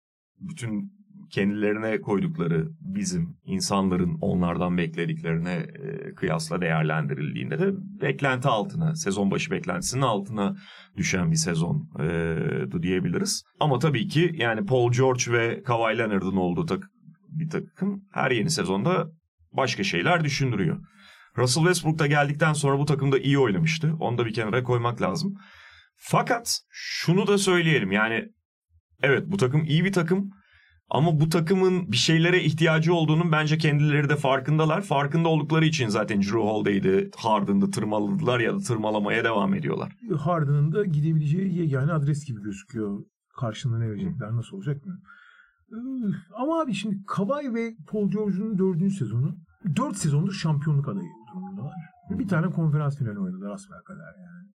bütün kendilerine koydukları bizim insanların onlardan beklediklerine e, kıyasla değerlendirildiğinde de beklenti altına, sezon başı beklentisinin altına düşen bir sezon e, diyebiliriz. Ama tabii ki yani Paul George ve Kawhi Leonard'ın olduğu tak- bir takım her yeni sezonda başka şeyler düşündürüyor. Russell Westbrook da geldikten sonra bu takımda iyi oynamıştı. Onu da bir kenara koymak lazım. Fakat şunu da söyleyelim yani evet bu takım iyi bir takım ama bu takımın bir şeylere ihtiyacı olduğunun bence kendileri de farkındalar. Farkında oldukları için zaten Jrue Holiday'di, Harden'dı tırmaladılar ya da tırmalamaya devam ediyorlar. Harden'ın da gidebileceği yegane adres gibi gözüküyor. Karşılığında ne verecekler, nasıl olacak mı? Ama abi şimdi Kawhi ve Paul George'un dördüncü sezonu dört sezondur şampiyonluk adayı durumundalar. Bir tane konferans finali oynadılar asbelkader yani.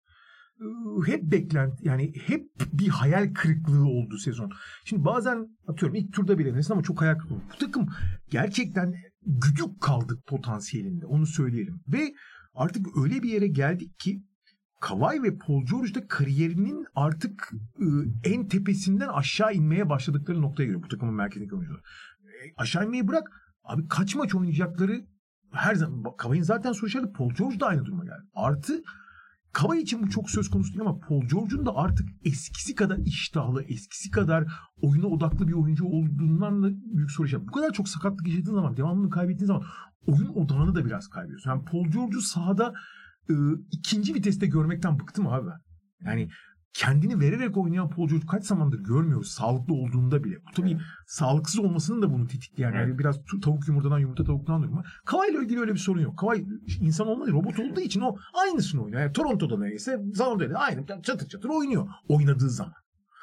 Hep beklenti yani hep bir hayal kırıklığı oldu sezon. Şimdi bazen atıyorum ilk turda bile nesin ama çok hayal kırıklığı. Bu takım gerçekten güdük kaldık potansiyelinde onu söyleyelim. Ve artık öyle bir yere geldik ki Kawhi ve Paul George da kariyerinin artık ıı, en tepesinden aşağı inmeye başladıkları noktaya geliyor bu takımın merkezindeki oyuncular. E, aşağı inmeyi bırak abi kaç maç oynayacakları her zaman Kawhi'nin zaten soru işareti Paul George da aynı duruma geldi. Artı Kawhi için bu çok söz konusu değil ama Paul George'un da artık eskisi kadar iştahlı, eskisi kadar oyuna odaklı bir oyuncu olduğundan da büyük soru işareti. Bu kadar çok sakatlık yaşadığın zaman, devamlılığını kaybettiğin zaman oyun odağını da biraz kaybediyorsun. Yani Paul George'u sahada e, ikinci viteste görmekten bıktım abi ben. Yani kendini vererek oynayan Paul George kaç zamandır görmüyoruz sağlıklı olduğunda bile. Bu tabii evet. Sağlıksız olmasının da bunu tetikleyen. Yani evet. Biraz tavuk yumurtadan yumurta tavuktan durma. Kawhi ile ilgili öyle bir sorun yok. Kawhi insan olmadı, robot olduğu için o aynısını oynuyor. Yani Toronto'da neyse Zalon'da öyle aynı çatır çatır oynuyor oynadığı zaman.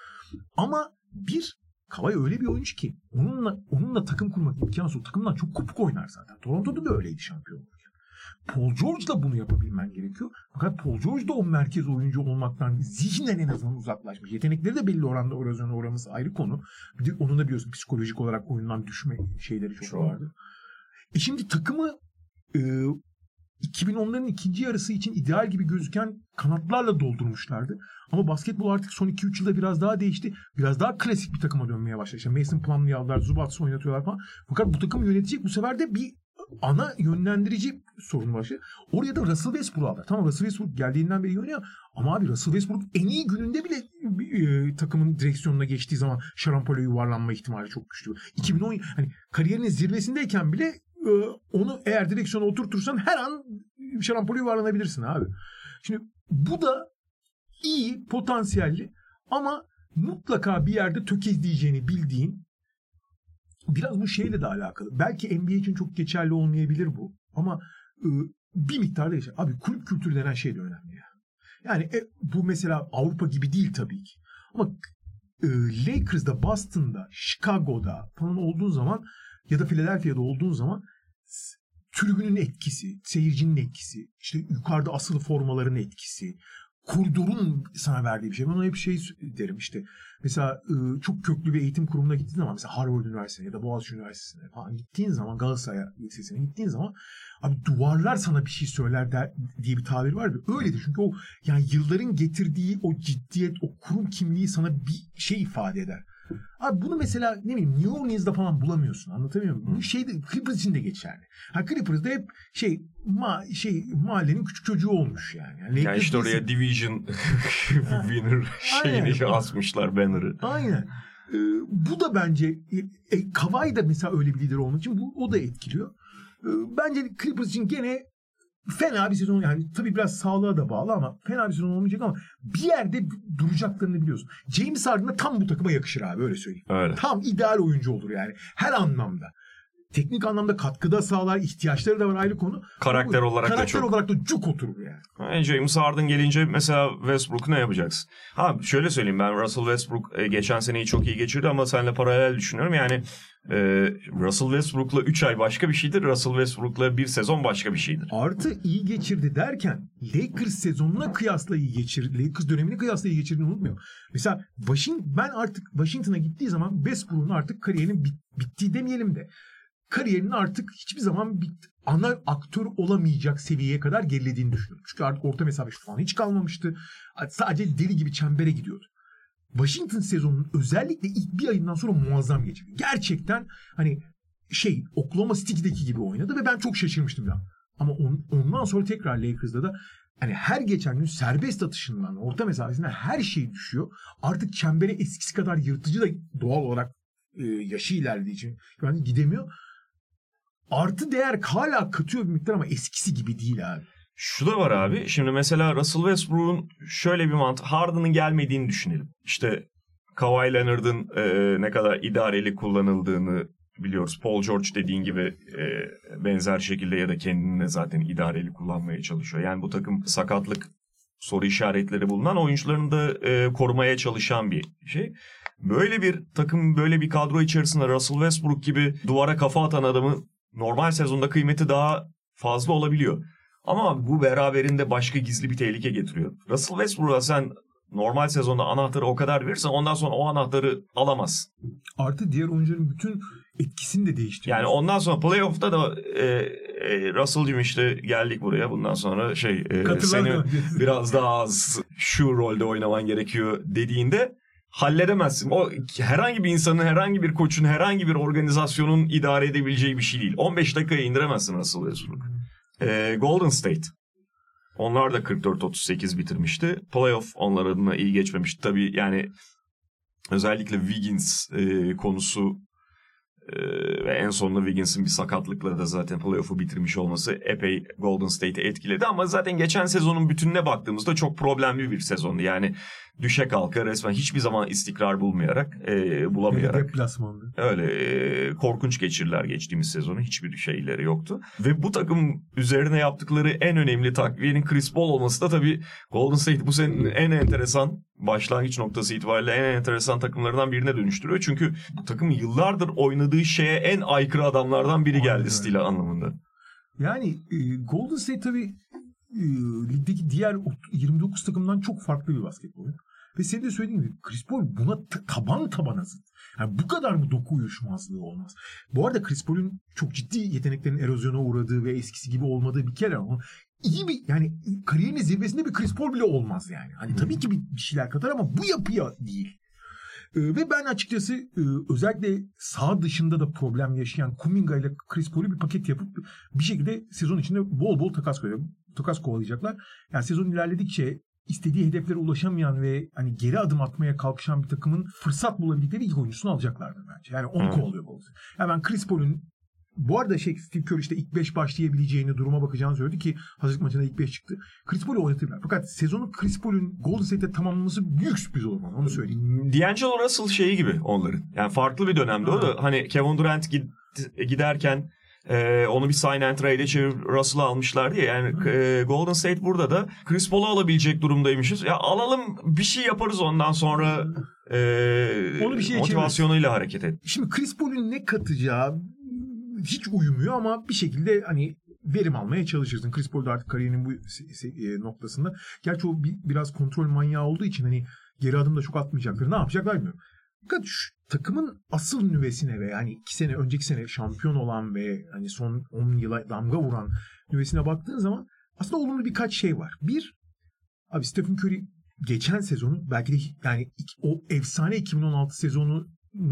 Ama bir Kawhi öyle bir oyuncu ki onunla onunla takım kurmak imkansız. O takımdan çok kopuk oynar zaten. Toronto'da da öyleydi şampiyon. Paul George'la bunu yapabilmen gerekiyor. Fakat Paul George da o merkez oyuncu olmaktan zihnen en azından uzaklaşmış. Yetenekleri de belli oranda erozyona uğraması ayrı konu. Bir de onun da biliyorsun psikolojik olarak oyundan düşme şeyleri çok, çok. vardı. E şimdi takımı e, iki bin onların ikinci yarısı için ideal gibi gözüken kanatlarla doldurmuşlardı. Ama basketbol artık son iki üç yılda biraz daha değişti. Biraz daha klasik bir takıma dönmeye başladı. İşte Mason Plumlee'yi aldılar, Zubac oynatıyorlar falan. Fakat bu takımı yönetecek bu sefer de bir ana yönlendirici sorun başlıyor. Oraya da Russell Westbrook'u aldılar. Tamam Russell Westbrook geldiğinden beri oynuyor ama abi Russell Westbrook en iyi gününde bile e, takımın direksiyonuna geçtiği zaman şarampole yuvarlanma ihtimali çok güçlü. iki bin on hani kariyerinin zirvesindeyken bile e, onu eğer direksiyona oturtursan her an şarampole yuvarlanabilirsin abi. Şimdi bu da iyi, potansiyelli ama mutlaka bir yerde tökezleyeceğini bildiğin biraz bu şeyle de alakalı. Belki N B A için çok geçerli olmayabilir bu. Ama e, bir miktarda yaşar. Abi kulüp kültürü denen şey de önemli ya. Yani e, bu mesela Avrupa gibi değil tabii ki. Ama e, Lakers'da, Boston'da, Chicago'da falan olduğun zaman ya da Philadelphia'da olduğun zaman tribünün etkisi, seyircinin etkisi, işte yukarıda asılı formaların etkisi, koridorun sana verdiği bir şey. Ben ona hep şey derim işte. Mesela çok köklü bir eğitim kurumuna gittiğin zaman, mesela Harvard Üniversitesi'ne ya da Boğaziçi Üniversitesi'ne falan gittiğin zaman, Galatasaray Lisesi'ne gittiğin zaman abi duvarlar sana bir şey söyler der, diye bir tabir var ya. Öyledir çünkü o yani yılların getirdiği o ciddiyet, o kurum kimliği sana bir şey ifade eder. Abi bunu mesela ne bileyim New Orleans'da falan bulamıyorsun. Anlatabiliyor muyum? Bu şey de Clippers için de geçerli. Ha Clippers'da hep şey ma şey mahallenin küçük çocuğu olmuş yani. Yani ya işte oraya Division winner şeyini asmışlar banner'ı. Aynen. Ee, bu da bence e, Kawhi da mesela öyle bir lider olmak için bu o da etkiliyor. Ee, bence Clippers için gene fena bir sezon, yani tabii biraz sağlığa da bağlı ama fena bir sezon olmayacak ama bir yerde duracaklarını biliyorsun. James Harden da tam bu takıma yakışır abi, öyle söyleyeyim. Öyle. Tam ideal oyuncu olur yani her anlamda. Teknik anlamda katkıda sağlar, ihtiyaçları da var, ayrı konu. Karakter ama olarak karakter da çok. olarak da cuk oturur yani. yani. James Harden gelince mesela Westbrook ne yapacaksın? Ha şöyle söyleyeyim, ben Russell Westbrook e, geçen seneyi çok iyi geçirdi ama seninle paralel düşünüyorum. Yani e, Russell Westbrook'la üç ay başka bir şeydir. Russell Westbrook'la bir sezon başka bir şeydir. Artı iyi geçirdi derken Lakers sezonuna kıyasla iyi geçirdi. Lakers dönemine kıyasla iyi geçirdiğini unutmuyorum. Mesela Washington, ben artık Washington'a gittiği zaman Westbrook'un artık kariyerinin bit, bittiği demeyelim de kariyerinin artık hiçbir zaman bir ana aktör olamayacak seviyeye kadar gerilediğini düşünüyorum. Çünkü artık orta mesafe şutu falan hiç kalmamıştı. Sadece deli gibi çembere gidiyordu. Washington sezonunun özellikle ilk bir ayından sonra muazzam geçirdi. Gerçekten hani şey Oklahoma City'deki gibi oynadı ve ben çok şaşırmıştım ya. Ama on, ondan sonra tekrar Lakers'da da hani her geçen gün serbest atışından orta mesafesinden her şey düşüyor. Artık çembere eskisi kadar yırtıcı da doğal olarak e, yaşı ilerlediği için yani gidemiyor. Artı değer hala katıyor bir miktar ama eskisi gibi değil abi. Şu da var abi. Şimdi mesela Russell Westbrook'un şöyle bir mantığı. Harden'ın gelmediğini düşünelim. İşte Kawhi Leonard'ın e, ne kadar idareli kullanıldığını biliyoruz. Paul George dediğin gibi e, benzer şekilde ya da kendini zaten idareli kullanmaya çalışıyor. Yani bu takım sakatlık soru işaretleri bulunan oyuncularını da e, korumaya çalışan bir şey. Böyle bir takım, böyle bir kadro içerisinde Russell Westbrook gibi duvara kafa atan adamın normal sezonda kıymeti daha fazla olabiliyor. Ama bu beraberinde başka gizli bir tehlike getiriyor. Russell Westbrook'a sen normal sezonda anahtarı o kadar verirsen ondan sonra o anahtarı alamazsın. Artı diğer oyuncuların bütün etkisini de değiştiriyor. Yani ondan sonra playoff'ta da e, e, Russell'cığım işte geldik buraya, bundan sonra şey e, seni biraz daha az şu rolde oynaman gerekiyor dediğinde halledemezsin. O herhangi bir insanın, herhangi bir koçun, herhangi bir organizasyonun idare edebileceği bir şey değil. on beş dakikaya indiremezsin Russell Westbrook. Ee, Golden State. Onlar da kırk dört otuz sekiz bitirmişti. Playoff onlar adına iyi geçmemişti. Tabii yani özellikle Wiggins e, konusu e, ve en sonunda Wiggins'in bir sakatlıkla da zaten playoff'u bitirmiş olması epey Golden State'i etkiledi. Ama zaten geçen sezonun bütününe baktığımızda çok problemli bir sezondu. Yani düşe kalka resmen hiçbir zaman istikrar bulmayarak, e, bulamayarak. Deplasmanda. Öyle e, korkunç geçirdiler geçtiğimiz sezonu. Hiçbir şeyleri yoktu. Ve bu takım üzerine yaptıkları en önemli takviyenin Chris Paul olması da tabii Golden State bu senenin en enteresan başlangıç noktası itibariyle en enteresan takımlarından birine dönüştürüyor. Çünkü bu takım yıllardır oynadığı şeye en aykırı adamlardan biri geldi. Aynen. Stili anlamında. Yani e, Golden State tabii e, ligdeki diğer yirmi dokuz takımdan çok farklı bir basketbol. Ve senin de söylediğin gibi Chris Paul buna t- taban tabana zıt. Yani bu kadar mı doku uyuşmazlığı olmaz? Bu arada Chris Paul'un çok ciddi yeteneklerin erozyona uğradığı ve eskisi gibi olmadığı bir kere ama iyi bir, yani kariyerinin zirvesinde bir Chris Paul bile olmaz yani. Hani tabii ki bir, bir şeyler katar ama bu yapıya değil. Ee, ve ben açıkçası e, özellikle sağ dışında da problem yaşayan Kuminga ile Chris Paul'u bir paket yapıp bir şekilde sezon içinde bol bol takas koyuyor. Takas kovalayacaklar. Yani sezon ilerledikçe istediği hedeflere ulaşamayan ve hani geri adım atmaya kalkışan bir takımın fırsat bulabildikleri ilk oyuncusunu alacaklardır bence. Yani onu kovalıyor Golden. Yani ben Chris Paul'un bu arada şey, Steve Kerr işte ilk beş başlayabileceğini, duruma bakacağını söyledi ki hazırlık maçında ilk beş çıktı. Chris Paul'u oynatırlar. Fakat sezonu Chris Paul'un Golden State'te tamamlaması büyük sürpriz olur bana, onu söyleyeyim. D'Angelo Russell şeyi gibi onların. Yani farklı bir dönemde ha. O da hani Kevin Durant giderken Ee, onu bir sign and trade'e çevirip Russell'ı almışlardı ya. Yani e, Golden State burada da Chris Paul'u alabilecek durumdaymışız. Ya alalım, bir şey yaparız ondan sonra e, onu bir şeye motivasyonuyla çeviririz. Hareket et. Şimdi Chris Paul'un ne katacağı hiç uyumuyor ama bir şekilde hani verim almaya çalışırsın. Chris Paul da artık kariyerinin bu noktasında. Gerçi o bir, biraz kontrol manyağı olduğu için hani geri adım da çok atmayacaklar. Ne yapacaklar bilmiyorum. Fakat şu takımın asıl nüvesine ve yani iki sene önceki sene şampiyon olan ve hani son on yıla damga vuran nüvesine baktığın zaman aslında olumlu birkaç şey var. Bir, abi Stephen Curry geçen sezonu belki de yani o efsane iki bin on altı sezonunu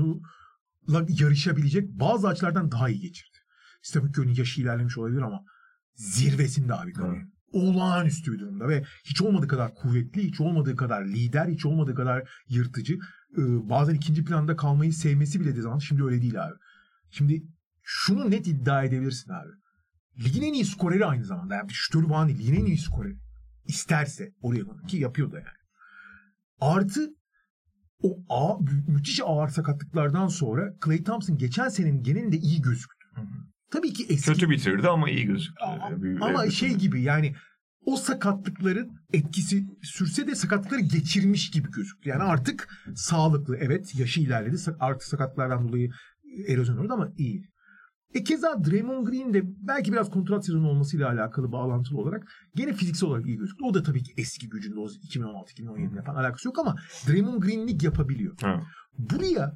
yarışabilecek bazı açılardan daha iyi geçirdi. Stephen Curry'nin yaşı ilerlemiş olabilir ama zirvesinde abi kariyer. Hmm. Olağanüstü bir durumda ve hiç olmadığı kadar kuvvetli, hiç olmadığı kadar lider, hiç olmadığı kadar yırtıcı. Ee, bazen ikinci planda kalmayı sevmesi bile de zaman şimdi öyle değil abi. Şimdi şunu net iddia edebilirsin abi. Ligin en iyi skoreri aynı zamanda. Yani şutörü bağlı değil. Ligin en iyi skoreri. İsterse oraya konur ki yapıyor da yani. Artı o ağ, müthiş ağır sakatlıklardan sonra Klay Thompson geçen senenin genelinde iyi gözüktü. Hı hı. Tabii ki eski... Kötü bitirdi ama iyi gözüktü. Ama, ama şey gibi yani o sakatlıkların etkisi sürse de sakatlıkları geçirmiş gibi gözüktü. Yani artık sağlıklı. Evet, yaşı ilerledi. Artık sakatlardan dolayı erozyon oldu ama iyi. E keza Draymond Green de belki biraz kontrat sezonu olmasıyla alakalı bağlantılı olarak gene fiziksel olarak iyi gözüktü. O da tabii ki eski gücünde o iki bin on altı iki bin on yedi falan alakası yok ama Draymond Green'lik yapabiliyor. Ha. Buraya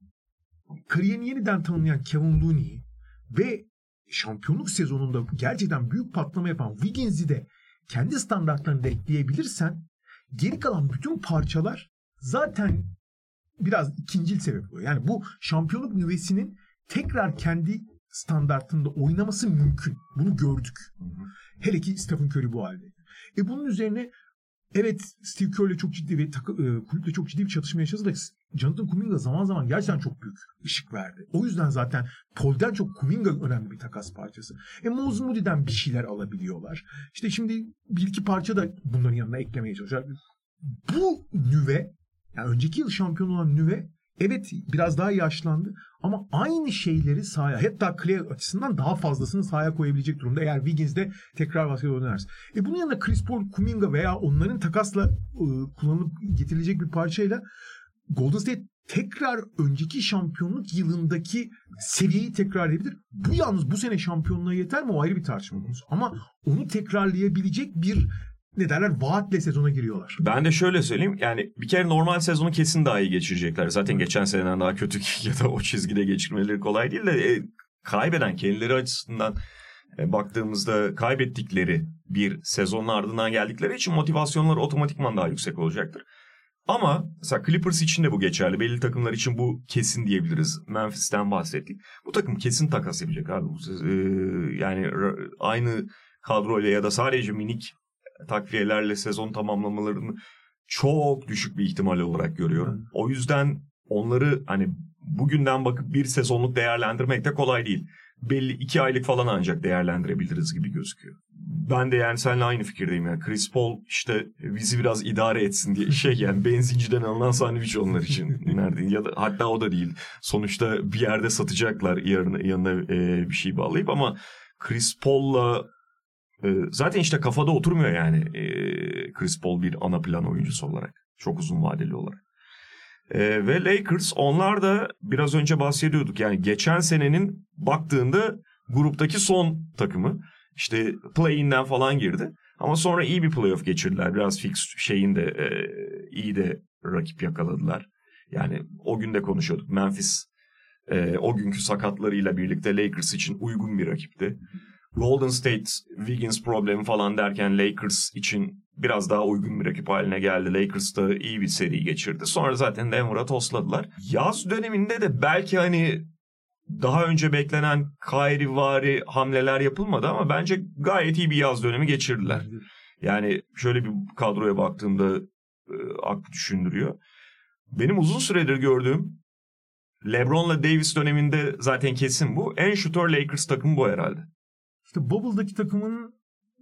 kariyerini yeniden tanımlayan Kevin Looney'i ve şampiyonluk sezonunda gerçekten büyük patlama yapan Wiggins'i de kendi standartlarını da ekleyebilirsen geri kalan bütün parçalar zaten biraz ikincil sebep oluyor. Yani bu şampiyonluk nüvesinin tekrar kendi standartında oynaması mümkün. Bunu gördük. Hı hı. Hele ki Stephen Curry bu halde. E bunun üzerine evet Steve Kerr'le çok ciddi ve takı, e, kulüple çok ciddi bir çatışma yaşadı da Jonathan Kuminga zaman zaman gerçekten çok büyük ışık verdi. O yüzden zaten Paul'den çok Kuminga önemli bir takas parçası. E Moses Moody'den bir şeyler alabiliyorlar. İşte şimdi bir iki parça da bunların yanına eklemeye çalışıyorlar. Bu nüve, yani önceki yıl şampiyon olan nüve evet biraz daha yaşlandı ama aynı şeyleri sahaya, hatta Clay açısından daha fazlasını sahaya koyabilecek durumda eğer Wiggins de tekrar basketbol oynarsa. E bunun yanında Chris Paul, Kuminga veya onların takasla ıı, kullanılıp getirilecek bir parçayla Golden State tekrar önceki şampiyonluk yılındaki seviyeyi tekrar edebilir. Bu yalnız bu sene şampiyonluğa yeter mi? O ayrı bir tartışma konusu. Ama onu tekrarlayabilecek bir ne derler vaatle sezona giriyorlar. Ben de şöyle söyleyeyim, yani bir kere normal sezonu kesin daha iyi geçirecekler. Zaten geçen seneden daha kötü ya da o çizgide geçirmeleri kolay değil de e, kaybeden kendileri açısından e, baktığımızda kaybettikleri bir sezonun ardından geldikleri için motivasyonları otomatikman daha yüksek olacaktır. Ama mesela Clippers için de bu geçerli. Belli takımlar için bu kesin diyebiliriz. Memphis'ten bahsettik. Bu takım kesin takas yapacak abi. E, yani aynı kadroyla ya da sadece minik takviyelerle sezon tamamlamalarını çok düşük bir ihtimal olarak görüyorum. Hmm. O yüzden onları hani bugünden bakıp bir sezonluk değerlendirmek de kolay değil. Belli iki aylık falan ancak değerlendirebiliriz gibi gözüküyor. Ben de yani seninle aynı fikirdeyim. Yani Chris Paul işte bizi biraz idare etsin diye şey yani benzinciden alınan sandviç onlar için. Nerede? Ya da hatta o da değil. Sonuçta bir yerde satacaklar yarın yanına e, bir şey bağlayıp ama Chris Paul'la zaten işte kafada oturmuyor yani Chris Paul bir ana plan oyuncusu olarak. Çok uzun vadeli olarak. Ve Lakers, onlar da biraz önce bahsediyorduk. Yani geçen senenin baktığında gruptaki son takımı. İşte play-in'den falan girdi. Ama sonra iyi bir playoff geçirdiler. Biraz fix şeyinde iyi de rakip yakaladılar. Yani o gün de konuşuyorduk. Memphis o günkü sakatlarıyla birlikte Lakers için uygun bir rakipti. Golden State, Wiggins problemi falan derken Lakers için biraz daha uygun bir rakip haline geldi. Lakers da iyi bir seri geçirdi. Sonra zaten Denver'a tosladılar. Yaz döneminde de belki hani daha önce beklenen Kyrie-vari hamleler yapılmadı ama bence gayet iyi bir yaz dönemi geçirdiler. Yani şöyle bir kadroya baktığımda e, aklı düşündürüyor. Benim uzun süredir gördüğüm LeBron'la Davis döneminde zaten kesin bu. En şutör Lakers takımı bu herhalde. İşte Bubble'daki takımın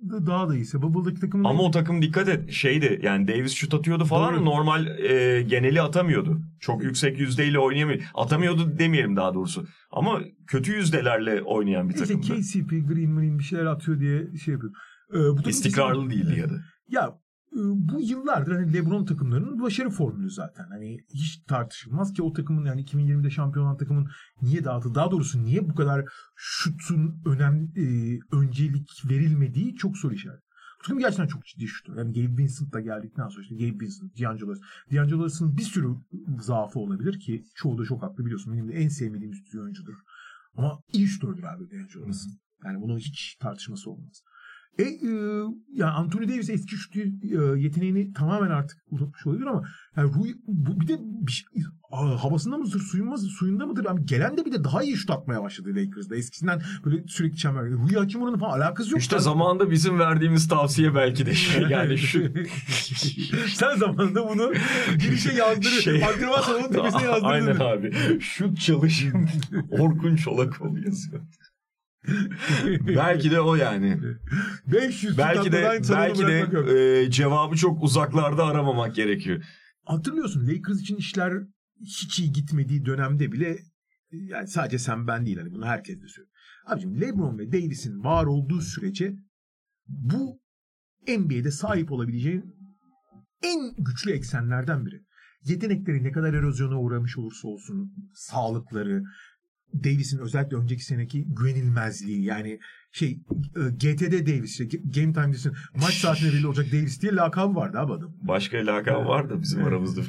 daha da iyiyse. Bubble'daki takımın... Ama o takım dikkat et şeydi yani Davis şut atıyordu falan. Doğru. Normal e, geneli atamıyordu. Çok yüksek yüzdeyle oynayamıyor. Atamıyordu demeyelim daha doğrusu. Ama kötü yüzdelerle oynayan bir takımdı. İşte K C P, Green Green bir şeyler atıyor diye şey yapıyor. Ee, bu İstikrarlı kesin... değildi ya da. Ya bu yıllardır hani LeBron takımlarının başarı formülü zaten. Hani hiç tartışılmaz ki o takımın yani iki bin yirmide şampiyon olan takımın niye dağıtı, daha doğrusu niye bu kadar şutun önemli e, öncelik verilmediği çok soru işareti. Bu takım gerçekten çok ciddi şutu. Yani Gabe Vincent da geldikten sonra işte Gabe Vincent, D'Angelo D'Angelo Russell'ın bir sürü zaafı olabilir ki çoğu da çok haklı biliyorsun. Benim de en sevmediğim üstü oyuncudur. Ama iyi şutördür abi D'Angelo Russell. Yani bunun hiç tartışması olmaz. E, e, yani Anthony Davis eski şut e, yeteneğini tamamen artık unutmuş olabilir ama yani Rui, bu, bir de bir şey, a, havasında mıdır, suyunda, suyunda mıdır? Yani gelen de bir de daha iyi şut atmaya başladı Lakers'da. Eskisinden böyle sürekli çember. Rui Hachimura'nın falan alakası yok. İşte yani. Zamanında bizim verdiğimiz tavsiye belki de şey yani şu. Sen zamanında bunu girişe yazdırır. Şey, antrenman salonunun tepesine yazdırdın. Aynen abi. Şut çalışın. Orkun Çolakoğlu yazıyor. Belki de o yani. beş yüz belki de belki de e, cevabı çok uzaklarda aramamak gerekiyor. Hatırlıyorsun Lakers için işler hiç iyi gitmediği dönemde bile yani sadece sen ben değil hani bunu herkes de söylüyor. Abicim LeBron ve Davis'in var olduğu sürece bu N B A'de sahip olabileceğin en güçlü eksenlerden biri. Yetenekleri ne kadar erozyona uğramış olursa olsun, sağlıkları, Davis'in özellikle önceki seneki güvenilmezliği yani şey G T D Davis, Game Time'desin maç saatine belli olacak Davis diye lakabı vardı abi adam. Başka lakabı var da bizim aramızda.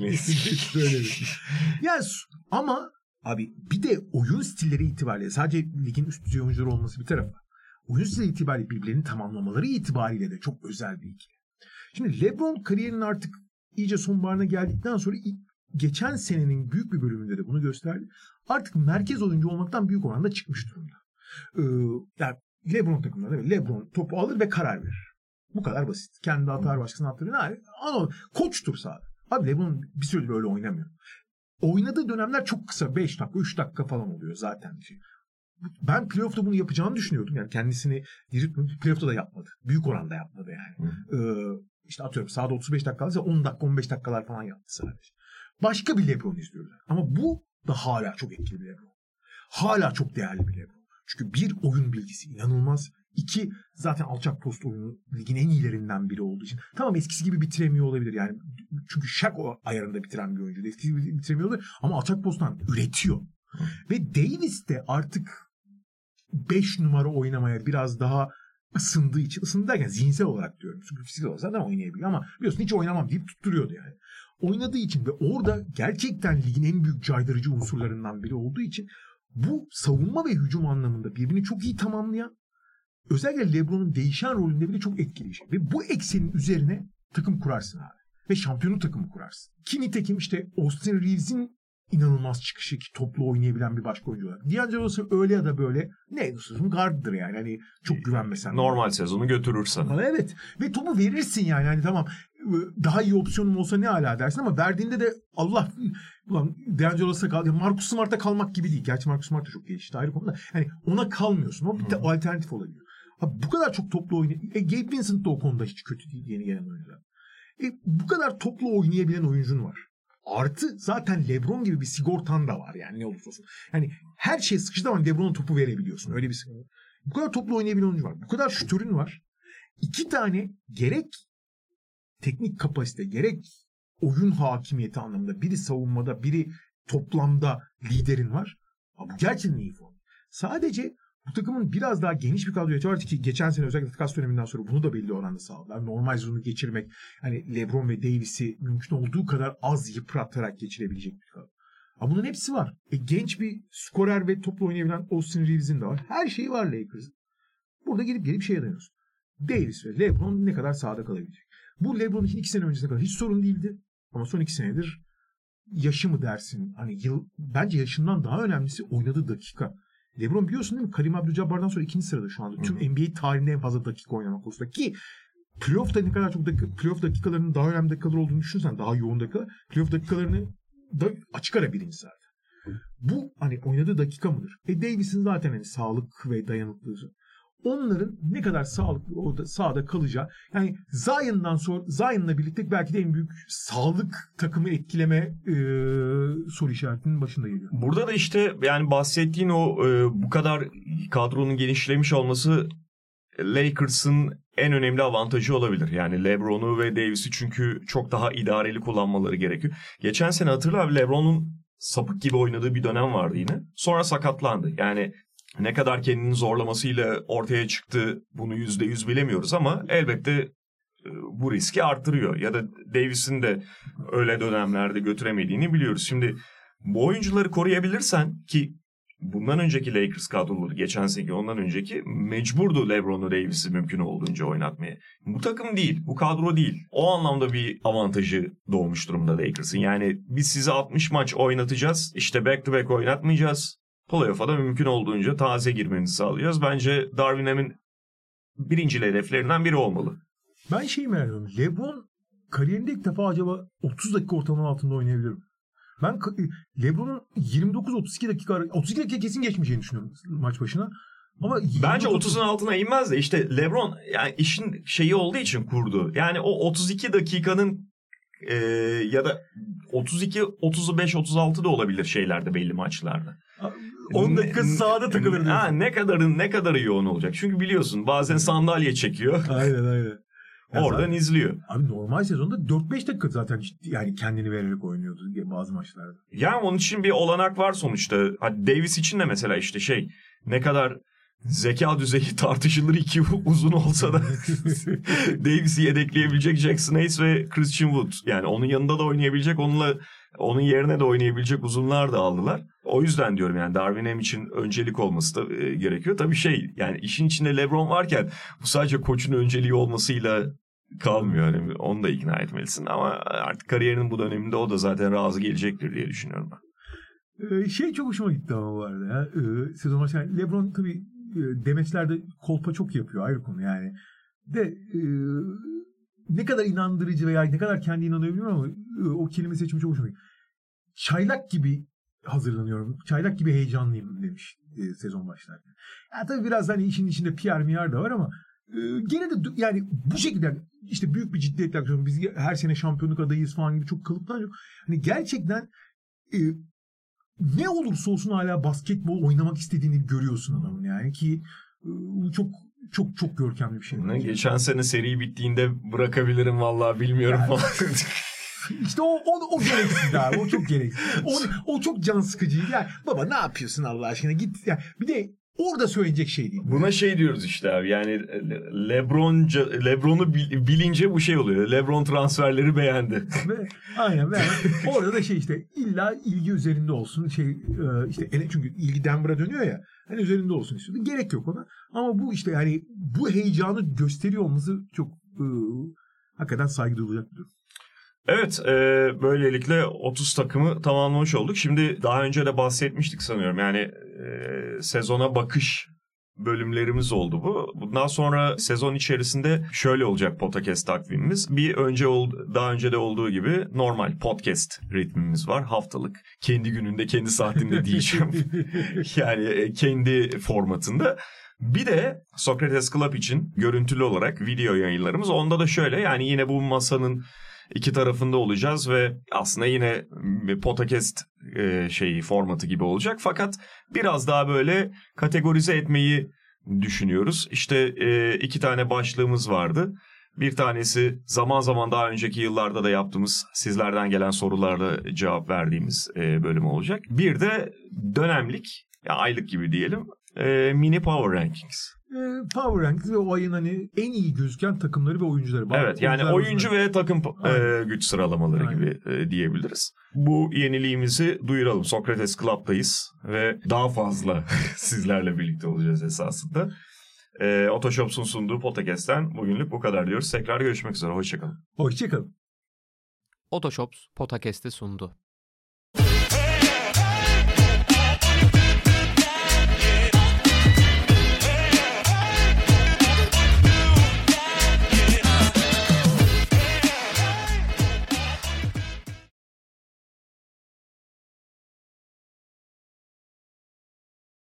Ya ama abi bir de oyun stilleri itibariyle sadece ligin üst düzey oyuncuları olması bir tarafa. Oyun stilleri itibariyle birbirlerini tamamlamaları itibariyle de çok özel bir ikili. Şimdi LeBron kariyerinin artık iyice sonbaharına geldikten sonra geçen senenin büyük bir bölümünde de bunu gösterdi. Artık merkez oyuncu olmaktan büyük oranda çıkmış durumda. Ee, yani LeBron takımında değil mi? LeBron topu alır ve karar verir. Bu kadar basit. Kendi atar başkasına attırır. Yani, koçtur sahada. Abi LeBron bir süredir öyle oynamıyor. Oynadığı dönemler çok kısa. beş dakika, üç dakika falan oluyor zaten. Ben playoff'ta bunu yapacağını düşünüyordum. Yani kendisini playoff'ta da yapmadı. Büyük oranda yapmadı yani. Ee, işte atıyorum sahada otuz beş dakika alırsa on dakika, on beş dakikalar falan yaptı sadece. Başka bir LeBron izliyorlar. Ama bu da hala çok etkili bir LeBron. Hala çok değerli bir LeBron. Çünkü bir oyun bilgisi inanılmaz. İki zaten alçak post oyunu ligin en iyilerinden biri olduğu için. Tamam eskisi gibi bitiremiyor olabilir yani. Çünkü Shaq o ayarında bitiren bir oyuncu. Eskisi gibi bitiremiyor olabilir ama alçak posttan üretiyor. Hı. Ve Davis de artık beş numara oynamaya biraz daha ısındığı için, ısındı derken zihinsel olarak diyorum. Çünkü fiziksel olarak zaten oynayabiliyor ama biliyorsun hiç oynamam deyip tutturuyordu yani. Oynadığı için ve orada gerçekten ligin en büyük caydırıcı unsurlarından biri olduğu için bu savunma ve hücum anlamında birbirini çok iyi tamamlayan, özellikle LeBron'un değişen rolünde bile çok etkili bir şey. Ve bu eksenin üzerine takım kurarsın abi. Ve şampiyonu takımı kurarsın. Ki nitekim işte Austin Reeves'in inanılmaz çıkışı ki toplu oynayabilen bir başka oyuncu olarak. D'Angelo Russell öyle ya da böyle ne diyorsun guard'dır yani. Hani çok güvenmesen. Normal sezonu götürür sana. Evet. Ve topu verirsin yani. Hani tamam daha iyi opsiyonum olsa ne hala dersin ama verdiğinde de Allah ulan D'Angelo Russell'a kal. Marcus Smart'a kalmak gibi değil. Gerçi Marcus Smart da çok gelişti ayrı konuda. Yani ona kalmıyorsun. O bir de alternatif olabiliyor. Abi bu kadar çok toplu oynayan. E, Gabe Vincent de o konuda hiç kötü değil yeni gelen oyuncular. E, bu kadar toplu oynayabilen oyuncun var. Artı zaten LeBron gibi bir sigortan da var yani ne olursa olsun. Yani her şey sıkıştığı zaman LeBron'a topu verebiliyorsun. Öyle bir sigorta. Bu kadar toplu oynayabilen oyuncu var. Bu kadar şutörün var. İki tane gerek teknik kapasite gerek oyun hakimiyeti anlamında biri savunmada biri toplamda liderin var. Ama bu gerçekten iyi form. Sadece bu takımın biraz daha geniş bir kadroya var ki geçen sene özellikle takas döneminden sonra bunu da belli oranda sağladılar. Normal sezonu geçirmek hani LeBron ve Davis'i mümkün olduğu kadar az yıpratarak geçirebilecek bir kadro. Ama bunların hepsi var. E, genç bir skorer ve topla oynayabilen Austin Reeves'in de var. Her şeyi var Lakers'ın. Burada gelip gelip şeye dayanıyorsun. Davis ve LeBron ne kadar sahada kalabilecek. Bu LeBron için iki sene öncesine kadar hiç sorun değildi. Ama son iki senedir yaşı mı dersin? Hani yıl, bence yaşından daha önemlisi oynadığı dakika. LeBron biliyorsun değil mi? Karim Abdul-Jabbar'dan sonra ikinci sırada şu anda. Tüm N B A tarihinde en fazla dakika oynamak konusunda. Ki playoff'ta ne kadar çok dakika, playoff dakikalarının daha önemli dakikalar olduğunu düşünürsen daha yoğun dakika. Playoff dakikalarını da açık ara birinci zaten. Bu hani oynadığı dakika mıdır? E Davis'in zaten hani sağlık ve dayanıklılığı. onların ne kadar sağlıklı orada sahada kalacağı. Yani Zion'dan sonra Zion'la birlikte belki de en büyük sağlık takımı etkileme e, soru işaretinin başında geliyor. Burada da işte yani bahsettiğin o e, bu kadar kadronun genişlemiş olması Lakers'ın en önemli avantajı olabilir. Yani LeBron'u ve Davis'i çünkü çok daha idareli kullanmaları gerekiyor. Geçen sene hatırla abi, LeBron'un sapık gibi oynadığı bir dönem vardı yine. Sonra sakatlandı. Yani ne kadar kendini zorlamasıyla ortaya çıktı bunu yüzde yüz bilemiyoruz ama elbette bu riski artırıyor. Ya da Davis'in de öyle dönemlerde götüremediğini biliyoruz. Şimdi bu oyuncuları koruyabilirsen, ki bundan önceki Lakers kadroları, geçen sene ondan önceki mecburdu LeBron'u, Davis'i mümkün olduğunca oynatmaya. Bu takım değil, bu kadro değil. O anlamda bir avantajı doğmuş durumda Lakers'ın. Yani biz size altmış maç oynatacağız, işte back to back oynatmayacağız. Playoff'a da mümkün olduğunca taze girmenizi sağlayacağız. Bence Darvin Ham'in birincil hedeflerinden biri olmalı. Ben şeyi merak ediyorum. LeBron kariyerinde ilk defa acaba otuz dakika ortalamanın altında oynayabilir mi? Ben LeBron'un yirmi dokuz otuz iki dakika otuz iki dakika kesin geçmeyeceğini düşünüyorum maç başına. Ama bence otuzun altına inmez de işte LeBron yani işin şeyi olduğu için kurdu. Yani o otuz iki dakikanın e, ya da otuz iki otuz beş otuz altı da olabilir şeylerde, belli maçlarda. on dakika sahada takılır. Ha, ne kadarın ne kadarı yoğun olacak. Çünkü biliyorsun bazen sandalye çekiyor. Aynen aynen. Ya oradan zaten izliyor. Abi normal sezonda dört beş dakika zaten ciddi, yani kendini vererek oynuyordu bazı maçlarda. Yani onun için bir olanak var sonuçta. Hadi Davis için de mesela işte şey, ne kadar zeka düzeyi tartışılır iki uzun olsa da Davis'i yedekleyebilecek Jackson Hayes ve Christian Wood. Yani onun yanında da oynayabilecek, onunla onun yerine de oynayabilecek uzunlar da aldılar. O yüzden diyorum yani Darvin Ham için öncelik olması da e, gerekiyor. Tabii şey, yani işin içinde LeBron varken bu sadece koçun önceliği olmasıyla kalmıyor. Yani onu da ikna etmelisin ama artık kariyerinin bu döneminde o da zaten razı gelecektir diye düşünüyorum ben. Ee, şey çok hoşuma gitti ama bu arada ya. Ee, sezon başı yani LeBron tabii e, demeçlerde kolpa çok yapıyor, ayrı konu yani. De e, ne kadar inandırıcı veya ne kadar kendi inanıyor bilmiyorum ama e, o kelime seçimi çok hoşuma gitti. Çaylak gibi hazırlanıyorum. Çaylak gibi heyecanlıyım demiş e, sezon başlarken. Ya tabii biraz hani işin içinde P R M R da var ama e, gene de yani bu şekilde işte büyük bir ciddiyetle yaklaşıyorum. Biz her sene şampiyonluk adayıyız falan gibi çok kalıplar yok. Hani gerçekten e, ne olursa olsun hala basketbol oynamak istediğini görüyorsun adamın yani ki e, çok çok çok görkemli bir şey. Ne, geçen sene seri bittiğinde bırakabilirim vallahi bilmiyorum yani, falan. İşte o, o, o gereksiz abi. O çok gereksiz. O, o çok can sıkıcıydı. Yani baba ne yapıyorsun Allah aşkına git. Yani bir de orada söyleyecek şey değil. Buna şey diyoruz işte abi. Yani LeBron LeBron'u bilince bu şey oluyor. LeBron transferleri beğendi. Ve, aynen. Ve orada da şey işte illa ilgi üzerinde olsun. Şey işte çünkü ilgi Denver'a dönüyor ya. Hani üzerinde olsun istiyordu. Gerek yok ona. Ama bu işte yani bu heyecanı gösteriyor olması çok e, hakikaten saygı duyulacak bir durum. Evet, e, böylelikle otuz takımı tamamlamış olduk. Şimdi daha önce de bahsetmiştik sanıyorum. Yani e, sezona bakış bölümlerimiz oldu bu. Bundan sonra sezon içerisinde şöyle olacak podcast takvimimiz. Bir önce daha önce de olduğu gibi normal podcast ritmimiz var, haftalık. Kendi gününde, kendi saatinde diyeceğim. Yani kendi formatında. Bir de Socrates Club için görüntülü olarak video yayınlarımız. Onda da şöyle, yani yine bu masanın İki tarafında olacağız ve aslında yine podcast e, şeyi formatı gibi olacak. Fakat biraz daha böyle kategorize etmeyi düşünüyoruz. İşte e, iki tane başlığımız vardı. Bir tanesi zaman zaman daha önceki yıllarda da yaptığımız, sizlerden gelen sorularla cevap verdiğimiz e, bölüm olacak. Bir de dönemlik, ya aylık gibi diyelim, e, mini Power Rankings. Power Rankings ve o ayın hani en iyi gözüken takımları ve oyuncuları. Evet, yani oyuncu arasında ve takım e, güç sıralamaları Aynen. gibi e, diyebiliriz. Bu yeniliğimizi duyuralım. Socrates Club'dayız ve daha fazla sizlerle birlikte olacağız esasında. E, Otoshops'un sunduğu podcast'ten bugünlük bu kadar diyoruz. Tekrar görüşmek üzere. Hoşçakalın. Hoşçakalın. Otoshops podcast'i sundu.